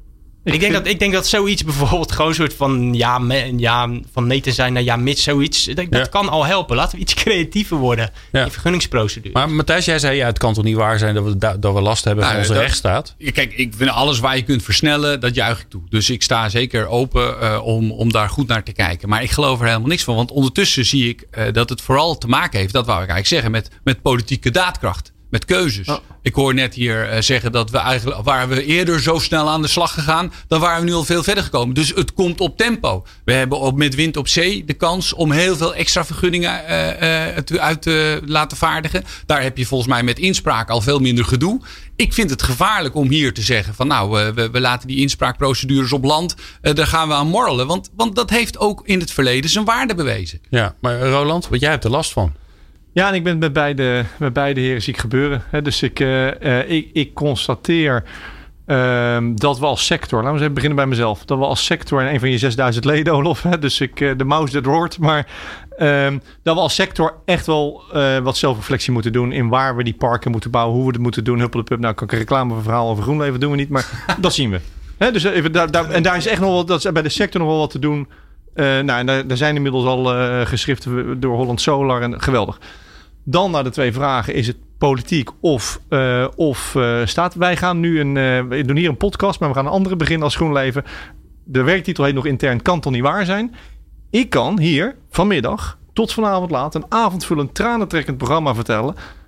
Ik denk dat zoiets bijvoorbeeld gewoon een soort van van nee te zijn naar ja mits zoiets. Dat kan al helpen. Laten we iets creatiever worden. Ja. Die vergunningsprocedure. Maar Matthijs, jij zei het kan toch niet waar zijn dat we last hebben van onze rechtsstaat? Kijk, ik vind alles waar je kunt versnellen, dat juich ik toe. Dus ik sta zeker open om daar goed naar te kijken. Maar ik geloof er helemaal niks van. Want ondertussen zie ik dat het vooral te maken heeft, dat wou ik eigenlijk zeggen, met politieke daadkracht. Met keuzes. Oh. Ik hoor net hier zeggen dat we eigenlijk, waren we eerder zo snel aan de slag gegaan, dan waren we nu al veel verder gekomen. Dus het komt op tempo. We hebben met wind op zee de kans om heel veel extra vergunningen uit te laten vaardigen. Daar heb je volgens mij met inspraak al veel minder gedoe. Ik vind het gevaarlijk om hier te zeggen van we laten die inspraakprocedures op land. Daar gaan we aan morrelen. Want dat heeft ook in het verleden zijn waarde bewezen. Ja, maar Roland, wat jij hebt er last van. Ja, en ik ben het met beide heren zie ik gebeuren. Dus ik constateer dat we als sector, laten we eens beginnen bij mezelf, dat we als sector, en een van je 6000 leden, Olof, dus de mouse that roared, maar dat we als sector echt wel wat zelfreflectie moeten doen in waar we die parken moeten bouwen, hoe we het moeten doen. Huppel de pup, nou kan ik een reclameverhaal over GroenLeven, doen we niet, maar dat zien we. Dus even en daar is echt nog wel, dat is bij de sector nog wel wat te doen. En daar zijn inmiddels al geschriften door Holland Solar en geweldig. Dan naar de 2 vragen. Is het politiek of staat? Wij gaan nu we doen hier een podcast, maar we gaan een andere beginnen als GroenLeven. De werktitel heet nog intern kan toch niet waar zijn. Ik kan hier vanmiddag tot vanavond laat een avondvullend tranentrekkend programma vertellen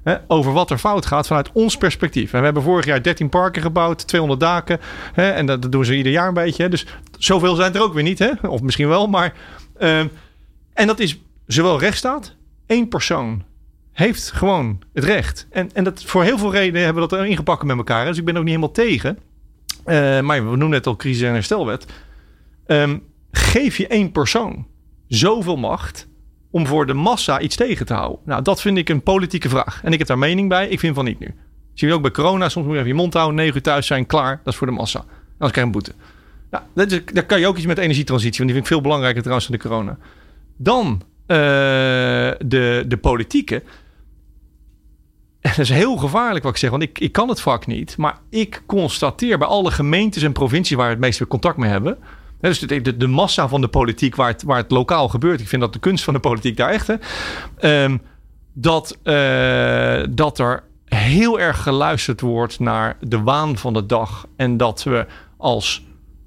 over wat er fout gaat vanuit ons perspectief. En we hebben vorig jaar 13 parken gebouwd, 200 daken. En dat doen ze ieder jaar een beetje. Dus zoveel zijn er ook weer niet. Of misschien wel. Maar, en dat is zowel rechtsstaat. 1 persoon heeft gewoon het recht. En dat voor heel veel redenen hebben we dat ingepakt met elkaar. Dus ik ben ook niet helemaal tegen. Maar we noemen net al crisis- en herstelwet. Geef je 1 persoon zoveel macht om voor de massa iets tegen te houden? Nou, dat vind ik een politieke vraag. En ik heb daar mening bij. Ik vind van niet nu. Zie je ook bij corona. Soms moet je even je mond houden. 9 uur thuis zijn, klaar. Dat is voor de massa. Anders krijg je een boete. Nou, daar kan je ook iets met energietransitie. Want die vind ik veel belangrijker trouwens dan de corona. Dan de politieke. En dat is heel gevaarlijk wat ik zeg. Want ik kan het vak niet. Maar ik constateer bij alle gemeentes en provincies waar we het meeste contact mee hebben. Dus de massa van de politiek waar het lokaal gebeurt. Ik vind dat de kunst van de politiek daar echt. Dat er heel erg geluisterd wordt naar de waan van de dag. En dat we als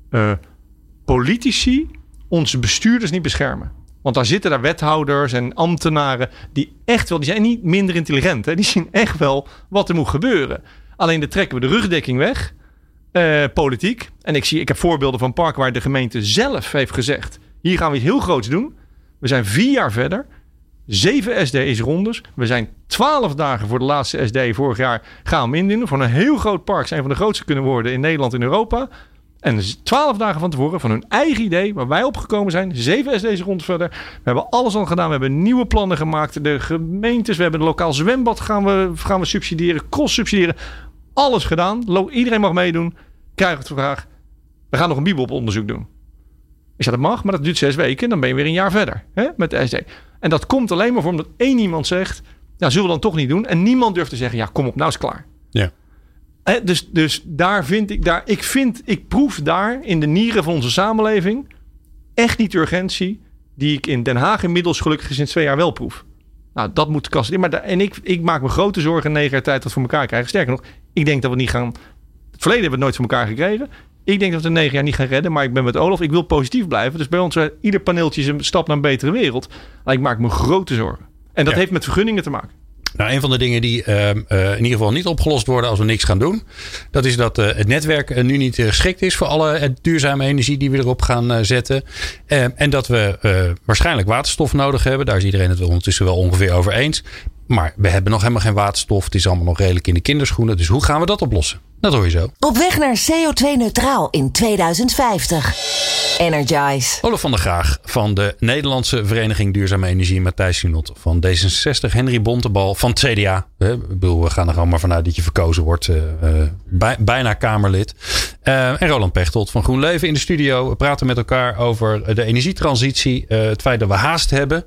politici onze bestuurders niet beschermen. Want daar zitten wethouders en ambtenaren die echt wel, die zijn niet minder intelligent. Hè? Die zien echt wel wat er moet gebeuren. Alleen dan trekken we de rugdekking weg. Politiek. En ik heb voorbeelden van parken waar de gemeente zelf heeft gezegd: hier gaan we iets heel groots doen. We zijn 4 jaar verder. 7 SDE's-rondes. We zijn 12 dagen voor de laatste SDE vorig jaar gaan we hem indienen. Voor een heel groot park. Zijn van de grootste kunnen worden in Nederland en Europa. En 12 dagen van tevoren van hun eigen idee, waar wij opgekomen zijn. 7 SDE's-rondes verder. We hebben alles al gedaan. We hebben nieuwe plannen gemaakt. De gemeentes, we hebben een lokaal zwembad gaan we subsidiëren. Cross-subsidiëren. Alles gedaan. Iedereen mag meedoen. Krijgen we de vraag: we gaan nog een bibelonderzoek doen. Ik zei, dat mag, maar dat duurt 6 weken. Dan ben je weer een jaar verder met de SD. En dat komt alleen maar voor omdat 1 iemand zegt: ja, zullen we dan toch niet doen? En niemand durft te zeggen: ja, kom op, nou is het klaar. Ja. Dus daar vind ik proef daar in de nieren van onze samenleving echt niet de urgentie die ik in Den Haag inmiddels gelukkig sinds 2 jaar wel proef. Nou, dat moet de kast in. En ik maak me grote zorgen in 9 jaar tijd dat voor elkaar krijgen. Sterker nog, ik denk dat we niet gaan. Het verleden hebben we het nooit voor elkaar gekregen. Ik denk dat we de 9 jaar niet gaan redden. Maar ik ben met Olaf. Ik wil positief blijven. Dus bij ons ieder paneeltje is een stap naar een betere wereld. Maar ik maak me grote zorgen. En dat heeft met vergunningen te maken. Nou, een van de dingen die in ieder geval niet opgelost worden als we niks gaan doen. Dat is dat het netwerk nu niet geschikt is voor alle duurzame energie die we erop gaan zetten. En dat we waarschijnlijk waterstof nodig hebben. Daar is iedereen het ondertussen wel ongeveer over eens. Maar we hebben nog helemaal geen waterstof. Het is allemaal nog redelijk in de kinderschoenen. Dus hoe gaan we dat oplossen? Dat hoor je zo. Op weg naar CO2-neutraal in 2050. Energize. Olaf van der Graag van de Nederlandse Vereniging Duurzame Energie. Matthijs Junot van D66. Henry Bontebal van het CDA. Ik bedoel, we gaan er allemaal vanuit dat je verkozen wordt. Bijna Kamerlid. En Roland Pechtold van GroenLeven in de studio. We praten met elkaar over de energietransitie. Het feit dat we haast hebben.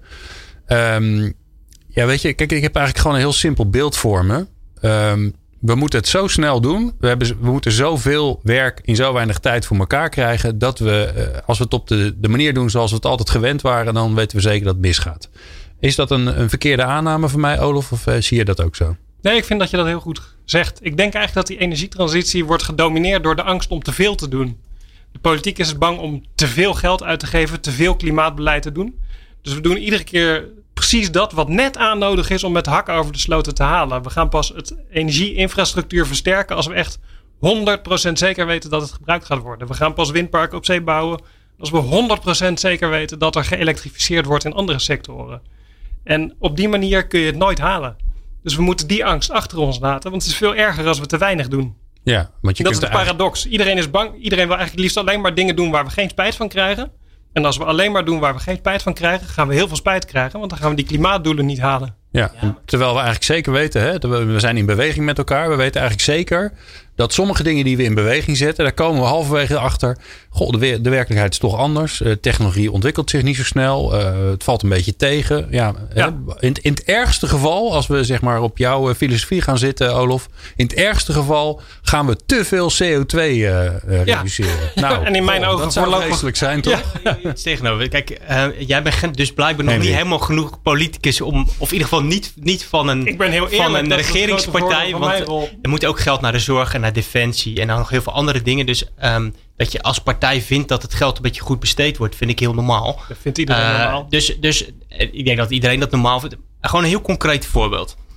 Ja, weet je, kijk, ik heb eigenlijk gewoon een heel simpel beeld voor me. We moeten het zo snel doen. We moeten zoveel werk in zo weinig tijd voor elkaar krijgen. Dat we, als we het op de manier doen zoals we het altijd gewend waren, dan weten we zeker dat het misgaat. Is dat een verkeerde aanname van mij, Olaf? Of zie je dat ook zo? Nee, ik vind dat je dat heel goed zegt. Ik denk eigenlijk dat die energietransitie wordt gedomineerd door de angst om te veel te doen. De politiek is bang om te veel geld uit te geven, te veel klimaatbeleid te doen. Dus we doen iedere keer precies dat wat net aan nodig is om met hakken over de sloten te halen. We gaan pas het energieinfrastructuur versterken als we echt 100% zeker weten dat het gebruikt gaat worden. We gaan pas windparken op zee bouwen als we 100% zeker weten dat er geëlektrificeerd wordt in andere sectoren. En op die manier kun je het nooit halen. Dus we moeten die angst achter ons laten, want het is veel erger als we te weinig doen. Ja, want dat is de paradox. Iedereen is bang. Iedereen wil eigenlijk liefst alleen maar dingen doen waar we geen spijt van krijgen. En als we alleen maar doen waar we geen spijt van krijgen, gaan we heel veel spijt krijgen. Want dan gaan we die klimaatdoelen niet halen. Ja, terwijl we eigenlijk zeker weten, we zijn in beweging met elkaar. We weten eigenlijk zeker dat sommige dingen die we in beweging zetten, daar komen we halverwege achter. Goh, de werkelijkheid is toch anders. Technologie ontwikkelt zich niet zo snel. Het valt een beetje tegen. Ja. In het ergste geval, als we zeg maar op jouw filosofie gaan zitten, Olaf. In het ergste geval gaan we te veel CO2 reduceren. Nou, en in mijn ogen dat zou vreselijk zijn, toch? Ja. Iets tegenover. Kijk, jij bent dus blijkbaar nog niet helemaal genoeg politicus om, of in ieder geval niet van een, ik ben heel eerlijk, van een regeringspartij. Want er moet ook geld naar de zorg en naar defensie en nog heel veel andere dingen. Dus dat je als partij vindt dat het geld een beetje goed besteed wordt, vind ik heel normaal. Dat vindt iedereen normaal. Dus ik denk dat iedereen dat normaal vindt. Gewoon een heel concreet voorbeeld.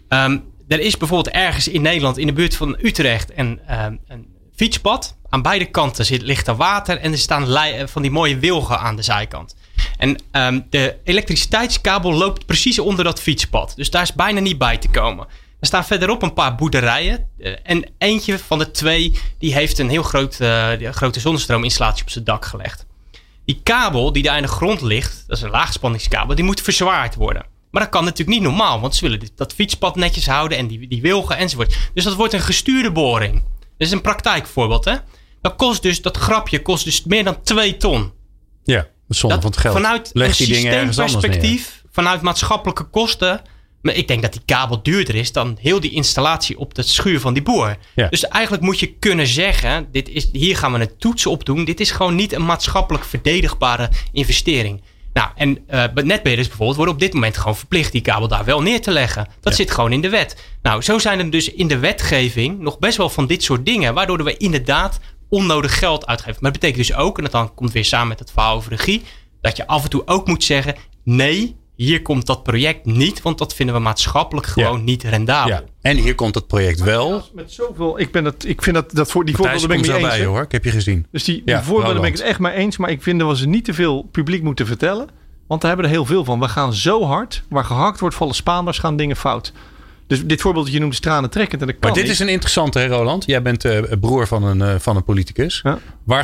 Er is bijvoorbeeld ergens in Nederland in de buurt van Utrecht een fietspad. Aan beide kanten ligt er water en er staan van die mooie wilgen aan de zijkant. En de elektriciteitskabel loopt precies onder dat fietspad. Dus daar is bijna niet bij te komen. Er staan verderop een paar boerderijen. En eentje van de 2 die heeft een heel grote zonnestroominstallatie op zijn dak gelegd. Die kabel die daar in de grond ligt, dat is een laagspanningskabel, die moet verzwaard worden. Maar dat kan natuurlijk niet normaal, want ze willen dat fietspad netjes houden en die wilgen enzovoort. Dus dat wordt een gestuurde boring. Dat is een praktijkvoorbeeld, hè? Dat grapje kost dus meer dan 2 ton. Ja, zonde van het geld. Vanuit een systeemperspectief, vanuit maatschappelijke kosten. Maar ik denk dat die kabel duurder is dan heel die installatie op de schuur van die boer. Ja. Dus eigenlijk moet je kunnen zeggen, hier gaan we een toets op doen. Dit is gewoon niet een maatschappelijk verdedigbare investering. Nou, en netbeheerders bijvoorbeeld worden op dit moment gewoon verplicht die kabel daar wel neer te leggen. Dat zit gewoon in de wet. Nou, zo zijn er dus in de wetgeving nog best wel van dit soort dingen, waardoor we inderdaad onnodig geld uitgeven. Maar dat betekent dus ook, en dat dan komt weer samen met het verhaal over regie, dat je af en toe ook moet zeggen, nee, hier komt dat project niet, want dat vinden we maatschappelijk gewoon niet rendabel. Ja. En hier komt het project wel. Met zoveel, ik vind dat voor die voorbeelden ben ik mee eens. Bij, hoor. Ik heb je gezien. Dus die voorbeelden ben ik het echt mee eens, maar ik vind dat we ze niet te veel publiek moeten vertellen, want daar hebben we er heel veel van. We gaan zo hard, waar gehakt wordt, vallen Spaanders, gaan dingen fout. Dus dit voorbeeld dat je noemt is tranentrekkend. En dat kan maar dit is een interessante, hè, Roland. Jij bent broer van een politicus. Ja. Waar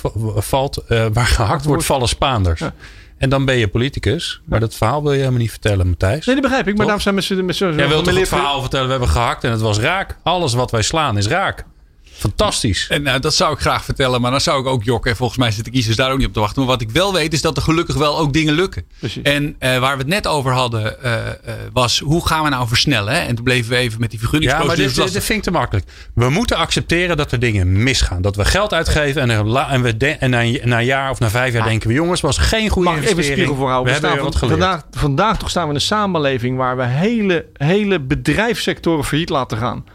gehakt wordt, vallen Spaanders. Ja. En dan ben je politicus. Maar dat verhaal wil je helemaal niet vertellen, Matthijs. Nee, dat begrijp ik. Maar daarom zijn we met zo'n... Jij wilt toch het verhaal vertellen. We hebben gehakt en het was raak. Alles wat wij slaan is raak. Fantastisch. En dat zou ik graag vertellen. Maar dan zou ik ook jokken. En volgens mij zitten kiezers daar ook niet op te wachten. Maar wat ik wel weet is dat er gelukkig wel ook dingen lukken. Precies. En waar we het net over hadden was hoe gaan we nou versnellen? Hè? En toen bleven we even met die vergunningsprocedure. Ja, maar dit vind ik te makkelijk. We moeten accepteren dat er dingen misgaan. Dat we geld uitgeven en na een jaar of na 5 jaar denken we, jongens, was geen goede investering. Even spiegel voorhouden. We hebben wat geleerd. Vandaag toch staan we in een samenleving waar we hele bedrijfssectoren failliet laten gaan.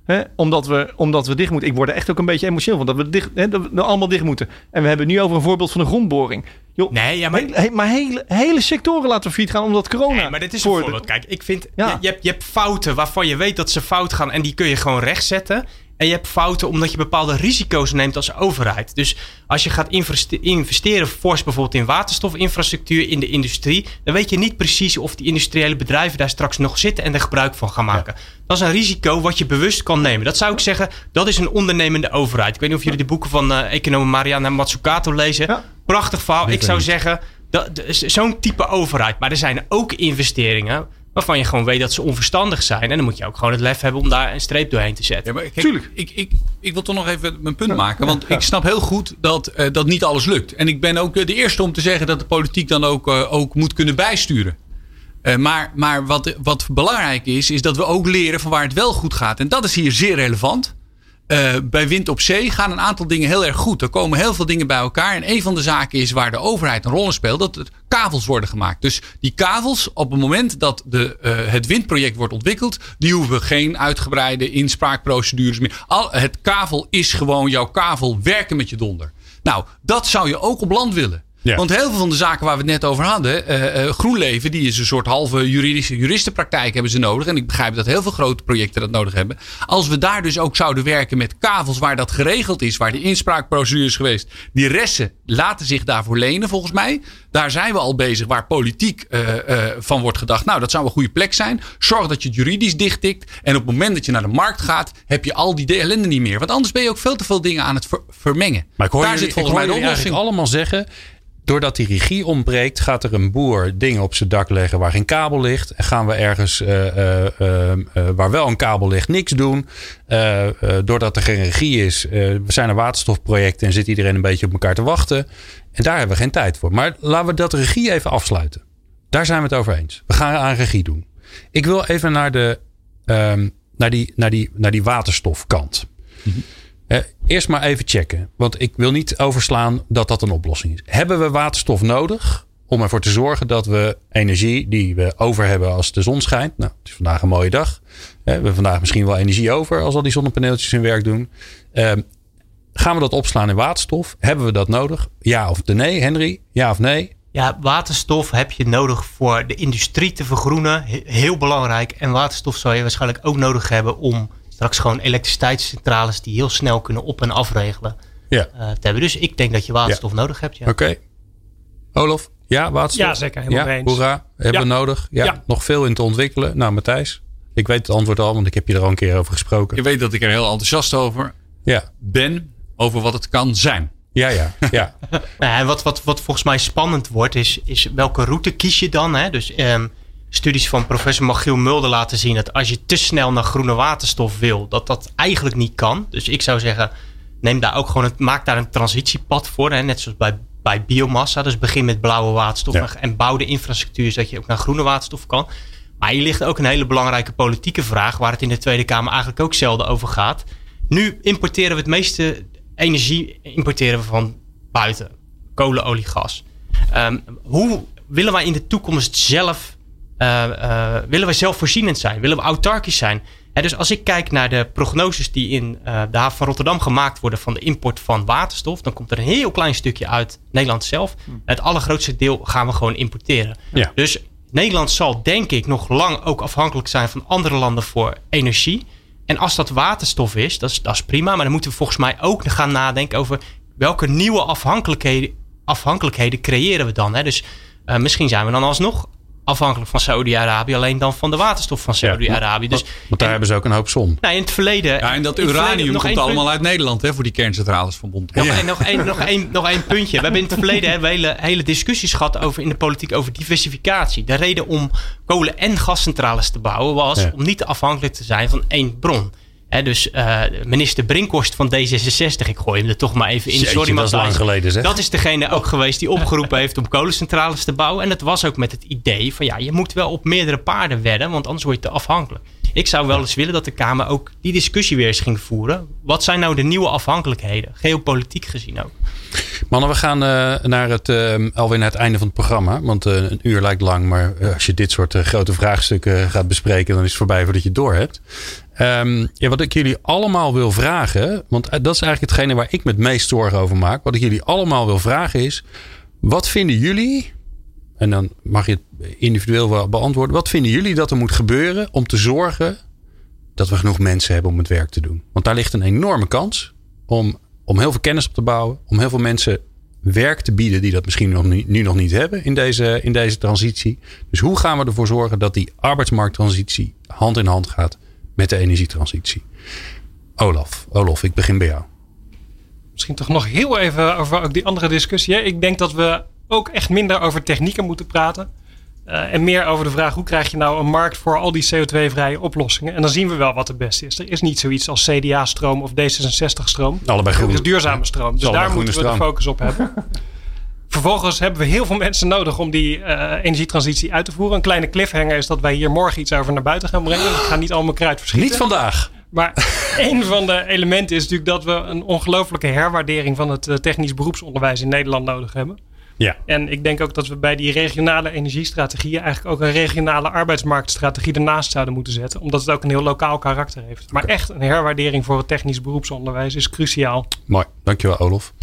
Omdat we dicht moeten. Ik word er echt ook een beetje emotioneel van. Dat we allemaal dicht moeten. En we hebben het nu over een voorbeeld van een grondboring. Joh, nee, ja, maar hele sectoren laten we failliet gaan omdat corona... Nee, maar dit is een voorbeeld. Kijk, ik vind... Ja. Je hebt fouten waarvan je weet dat ze fout gaan en die kun je gewoon rechtzetten. En je hebt fouten omdat je bepaalde risico's neemt als overheid. Dus als je gaat investeren fors bijvoorbeeld in waterstofinfrastructuur in de industrie, dan weet je niet precies of die industriële bedrijven daar straks nog zitten en er gebruik van gaan maken. Ja. Dat is een risico wat je bewust kan nemen. Dat zou ik zeggen, dat is een ondernemende overheid. Ik weet niet of jullie de boeken van econoom Mariana Mazzucato lezen. Ja. Prachtig verhaal. Ik zou zeggen, zo'n type overheid. Maar er zijn ook investeringen waarvan je gewoon weet dat ze onverstandig zijn. En dan moet je ook gewoon het lef hebben om daar een streep doorheen te zetten. Ja, maar tuurlijk. Ik wil toch nog even mijn punt maken. Want ik snap heel goed dat niet alles lukt. En ik ben ook de eerste om te zeggen dat de politiek dan ook moet kunnen bijsturen. Maar wat belangrijk is dat we ook leren van waar het wel goed gaat. En dat is hier zeer relevant. Bij Wind op Zee gaan een aantal dingen heel erg goed. Er komen heel veel dingen bij elkaar. En een van de zaken is waar de overheid een rol in speelt, dat er kavels worden gemaakt. Dus die kavels, op het moment dat het windproject wordt ontwikkeld, die hoeven geen uitgebreide inspraakprocedures meer. Het kavel is gewoon jouw kavel, werken met je donder. Nou, dat zou je ook op land willen. Ja. Want heel veel van de zaken waar we het net over hadden, GroenLeven, die is een soort halve juristenpraktijk hebben ze nodig. En ik begrijp dat heel veel grote projecten dat nodig hebben. Als we daar dus ook zouden werken met kavels waar dat geregeld is, waar de inspraakprocedure is geweest. Die resten laten zich daarvoor lenen volgens mij. Daar zijn we al bezig waar politiek van wordt gedacht. Nou, dat zou een goede plek zijn. Zorg dat je het juridisch dichttikt. En op het moment dat je naar de markt gaat, heb je al die ellende niet meer. Want anders ben je ook veel te veel dingen aan het vermengen. Maar ik hoor daar zit volgens mij de oplossing allemaal zeggen. Doordat die regie ontbreekt, gaat er een boer dingen op zijn dak leggen waar geen kabel ligt. En gaan we ergens waar wel een kabel ligt niks doen. Doordat er geen regie is, zijn er waterstofprojecten en zit iedereen een beetje op elkaar te wachten. En daar hebben we geen tijd voor. Maar laten we dat regie even afsluiten. Daar zijn we het over eens. We gaan aan regie doen. Ik wil even naar die waterstofkant. Mm-hmm. Eerst maar even checken. Want ik wil niet overslaan dat dat een oplossing is. Hebben we waterstof nodig om ervoor te zorgen dat we energie die we over hebben als de zon schijnt. Nou, het is vandaag een mooie dag. We hebben vandaag misschien wel energie over als al die zonnepaneeltjes hun werk doen. Gaan we dat opslaan in waterstof? Hebben we dat nodig? Ja of nee, Henry? Ja of nee? Ja, waterstof heb je nodig voor de industrie te vergroenen. Heel belangrijk. En waterstof zal je waarschijnlijk ook nodig hebben om straks gewoon elektriciteitscentrales die heel snel kunnen op- en afregelen te hebben. Dus ik denk dat je waterstof nodig hebt. Ja. Oké. Olof? Ja, waterstof? Ja, zeker. Helemaal mee eens. Hoera. Hebben we nodig? Ja, nog veel in te ontwikkelen. Nou, Matthijs, ik weet het antwoord al, want ik heb je er al een keer over gesproken. Je weet dat ik er heel enthousiast over ben, over wat het kan zijn. Ja. En wat volgens mij spannend wordt, is welke route kies je dan? Hè? Dus studies van professor Magiel Mulder laten zien dat als je te snel naar groene waterstof wil, dat eigenlijk niet kan. Dus ik zou zeggen, maak daar een transitiepad voor. Hè? Net zoals bij biomassa. Dus begin met blauwe waterstof en bouw de infrastructuur zodat je ook naar groene waterstof kan. Maar hier ligt ook een hele belangrijke politieke vraag, waar het in de Tweede Kamer eigenlijk ook zelden over gaat. Nu importeren we het meeste energie van buiten. Kolen, olie, gas. Hoe willen wij in de toekomst willen wij zelfvoorzienend zijn? Willen we autarkisch zijn? Dus als ik kijk naar de prognoses die in de haven van Rotterdam gemaakt worden van de import van waterstof, dan komt er een heel klein stukje uit Nederland zelf. Het allergrootste deel gaan we gewoon importeren. Ja. Dus Nederland zal denk ik nog lang ook afhankelijk zijn van andere landen voor energie. En als dat waterstof is, dat is prima. Maar dan moeten we volgens mij ook gaan nadenken over welke nieuwe afhankelijkheden creëren we dan. Hè? Dus misschien zijn we dan alsnog afhankelijk van Saudi-Arabië, alleen dan van de waterstof van Saudi-Arabië. Want daar hebben ze ook een hoop zon. Nou, in het verleden. Ja, en dat uranium komt allemaal uit Nederland, hè, voor die kerncentrales van Bond. Nog één puntje. We hebben in het verleden hele discussies gehad in de politiek over diversificatie. De reden om kolen- en gascentrales te bouwen was om niet afhankelijk te zijn van één bron. Dus minister Brinkhorst van D66, ik gooi hem er toch maar even in. Sorry, dat is lang geleden, zeg. Dat is degene ook geweest die opgeroepen heeft om kolencentrales te bouwen. En dat was ook met het idee van je moet wel op meerdere paarden wedden, want anders word je te afhankelijk. Ik zou wel eens willen dat de Kamer ook die discussie weer eens ging voeren. Wat zijn nou de nieuwe afhankelijkheden, geopolitiek gezien ook? Mannen, we gaan alweer naar het einde van het programma. Want een uur lijkt lang, maar als je dit soort grote vraagstukken gaat bespreken, dan is het voorbij voordat je het door hebt. Wat ik jullie allemaal wil vragen, want dat is eigenlijk hetgene waar ik me het meest zorgen over maak. Wat ik jullie allemaal wil vragen is, wat vinden jullie, en dan mag je het individueel wel beantwoorden, wat vinden jullie dat er moet gebeuren om te zorgen dat we genoeg mensen hebben om het werk te doen? Want daar ligt een enorme kans om heel veel kennis op te bouwen, om heel veel mensen werk te bieden die dat misschien nu nog niet hebben in deze transitie. Dus hoe gaan we ervoor zorgen dat die arbeidsmarkttransitie hand in hand gaat met de energietransitie? Olof, ik begin bij jou. Misschien toch nog heel even over ook die andere discussie. Hè? Ik denk dat we ook echt minder over technieken moeten praten. En meer over de vraag, hoe krijg je nou een markt voor al die CO2-vrije oplossingen? En dan zien we wel wat het beste is. Er is niet zoiets als CDA-stroom of D66-stroom. Allebei groen. Het is duurzame stroom. Dus daar moeten we de focus op hebben. Vervolgens hebben we heel veel mensen nodig om die energietransitie uit te voeren. Een kleine cliffhanger is dat wij hier morgen iets over naar buiten gaan brengen. Ik ga niet al mijn kruid verschieten. Niet vandaag. Maar een van de elementen is natuurlijk dat we een ongelofelijke herwaardering van het technisch beroepsonderwijs in Nederland nodig hebben. Ja. En ik denk ook dat we bij die regionale energiestrategieën eigenlijk ook een regionale arbeidsmarktstrategie ernaast zouden moeten zetten. Omdat het ook een heel lokaal karakter heeft. Maar echt een herwaardering voor het technisch beroepsonderwijs is cruciaal. Mooi, dankjewel Olof.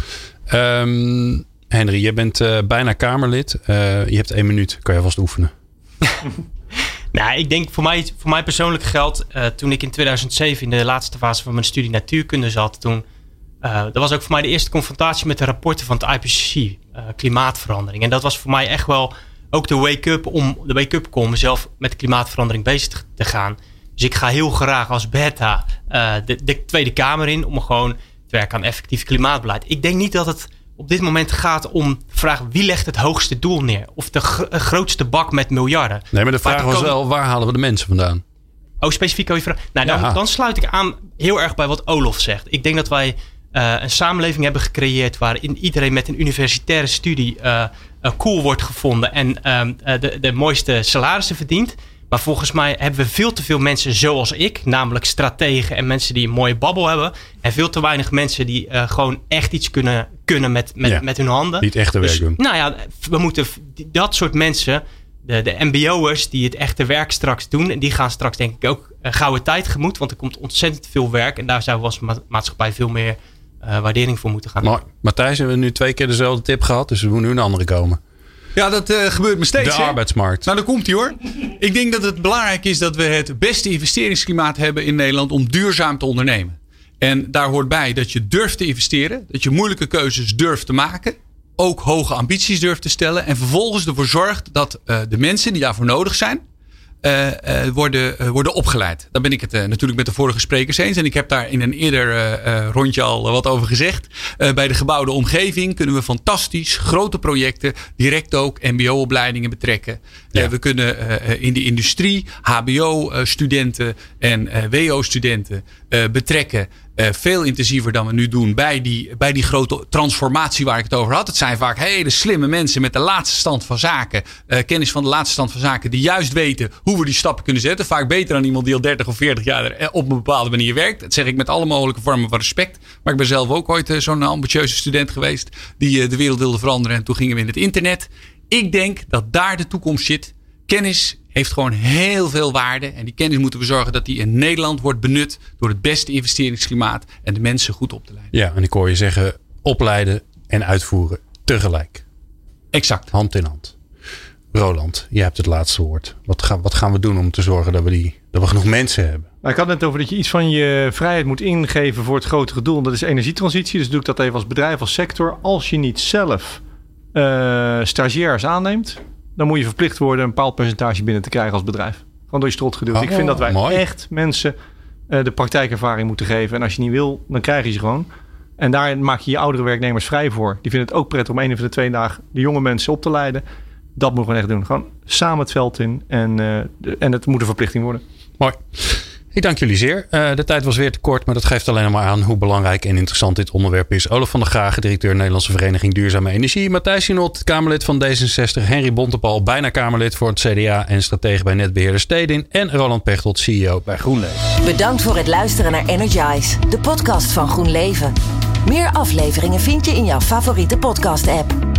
Henry, je bent bijna Kamerlid. Je hebt 1 minuut, kan je vast oefenen. Nou, ik denk voor mij persoonlijk geldt, toen ik in 2007 in de laatste fase van mijn studie natuurkunde zat, dat was ook voor mij de eerste confrontatie met de rapporten van het IPCC, klimaatverandering. En dat was voor mij echt wel ook de wake-up call om mezelf met klimaatverandering bezig te gaan. Dus ik ga heel graag als beta de Tweede Kamer in om gewoon te werken aan effectief klimaatbeleid. Ik denk niet dat het op dit moment gaat om de vraag wie legt het hoogste doel neer? Of de grootste bak met miljarden? Nee, maar de vraag was wel, waar halen we de mensen vandaan? Oh, specifiek over je vraag. Nou, dan sluit ik aan heel erg bij wat Olof zegt. Ik denk dat wij een samenleving hebben gecreëerd waarin iedereen met een universitaire studie cool wordt gevonden en de mooiste salarissen verdient. Maar volgens mij hebben we veel te veel mensen zoals ik, namelijk strategen en mensen die een mooie babbel hebben. En veel te weinig mensen die gewoon echt iets kunnen met hun handen. Die het echte werk doen. Nou ja, we moeten dat soort mensen, de mbo'ers die het echte werk straks doen, die gaan straks denk ik ook gouden tijd tegemoet. Want er komt ontzettend veel werk en daar zouden we als maatschappij veel meer waardering voor moeten gaan. Mooi. Matthijs, hebben we nu 2 keer dezelfde tip gehad, dus er moet nu een andere komen. Ja, dat gebeurt me steeds. De arbeidsmarkt. Nou, daar komt hij hoor. Ik denk dat het belangrijk is dat we het beste investeringsklimaat hebben in Nederland om duurzaam te ondernemen. En daar hoort bij dat je durft te investeren. Dat je moeilijke keuzes durft te maken. Ook hoge ambities durft te stellen. En vervolgens ervoor zorgt dat de mensen die daarvoor nodig zijn, worden opgeleid. Daar ben ik het natuurlijk met de vorige sprekers eens. En ik heb daar in een eerder rondje al wat over gezegd. Bij de gebouwde omgeving kunnen we fantastisch grote projecten direct ook mbo-opleidingen betrekken. Ja. We kunnen in de industrie hbo-studenten en wo-studenten betrekken. Veel intensiever dan we nu doen bij die grote transformatie waar ik het over had. Het zijn vaak hele slimme mensen met de laatste stand van zaken. Kennis van de laatste stand van zaken. Die juist weten hoe we die stappen kunnen zetten. Vaak beter dan iemand die al 30 of 40 jaar op een bepaalde manier werkt. Dat zeg ik met alle mogelijke vormen van respect. Maar ik ben zelf ook ooit zo'n ambitieuze student geweest. Die de wereld wilde veranderen. En toen gingen we in het internet. Ik denk dat daar de toekomst zit. Kennis heeft gewoon heel veel waarde. En die kennis moeten we zorgen dat die in Nederland wordt benut door het beste investeringsklimaat en de mensen goed op te leiden. Ja, en ik hoor je zeggen opleiden en uitvoeren tegelijk. Exact. Hand in hand. Roland, jij hebt het laatste woord. Wat gaan we doen om te zorgen dat we genoeg mensen hebben? Nou, ik had net over dat je iets van je vrijheid moet ingeven voor het grotere doel. En dat is energietransitie. Dus doe ik dat even als bedrijf, als sector. Als je niet zelf stagiairs aanneemt, dan moet je verplicht worden een bepaald percentage binnen te krijgen als bedrijf. Gewoon door je strot geduwd. Ik vind dat wij echt mensen de praktijkervaring moeten geven. En als je niet wil, dan krijg je ze gewoon. En daar maak je oudere werknemers vrij voor. Die vinden het ook prettig om 1 van de 2 dagen de jonge mensen op te leiden. Dat moeten we echt doen. Gewoon samen het veld in. En het moet een verplichting worden. Mooi. Ik dank jullie zeer. De tijd was weer te kort, maar dat geeft alleen maar aan hoe belangrijk en interessant dit onderwerp is. Olaf van der Gragen, directeur Nederlandse Vereniging Duurzame Energie. Matthijs Sinot, Kamerlid van D66. Henry Bontepal, bijna Kamerlid voor het CDA en stratege bij netbeheerder Stedin. En Roland Pechtold, CEO bij GroenLeven. Bedankt voor het luisteren naar Energize, de podcast van GroenLeven. Meer afleveringen vind je in jouw favoriete podcast-app.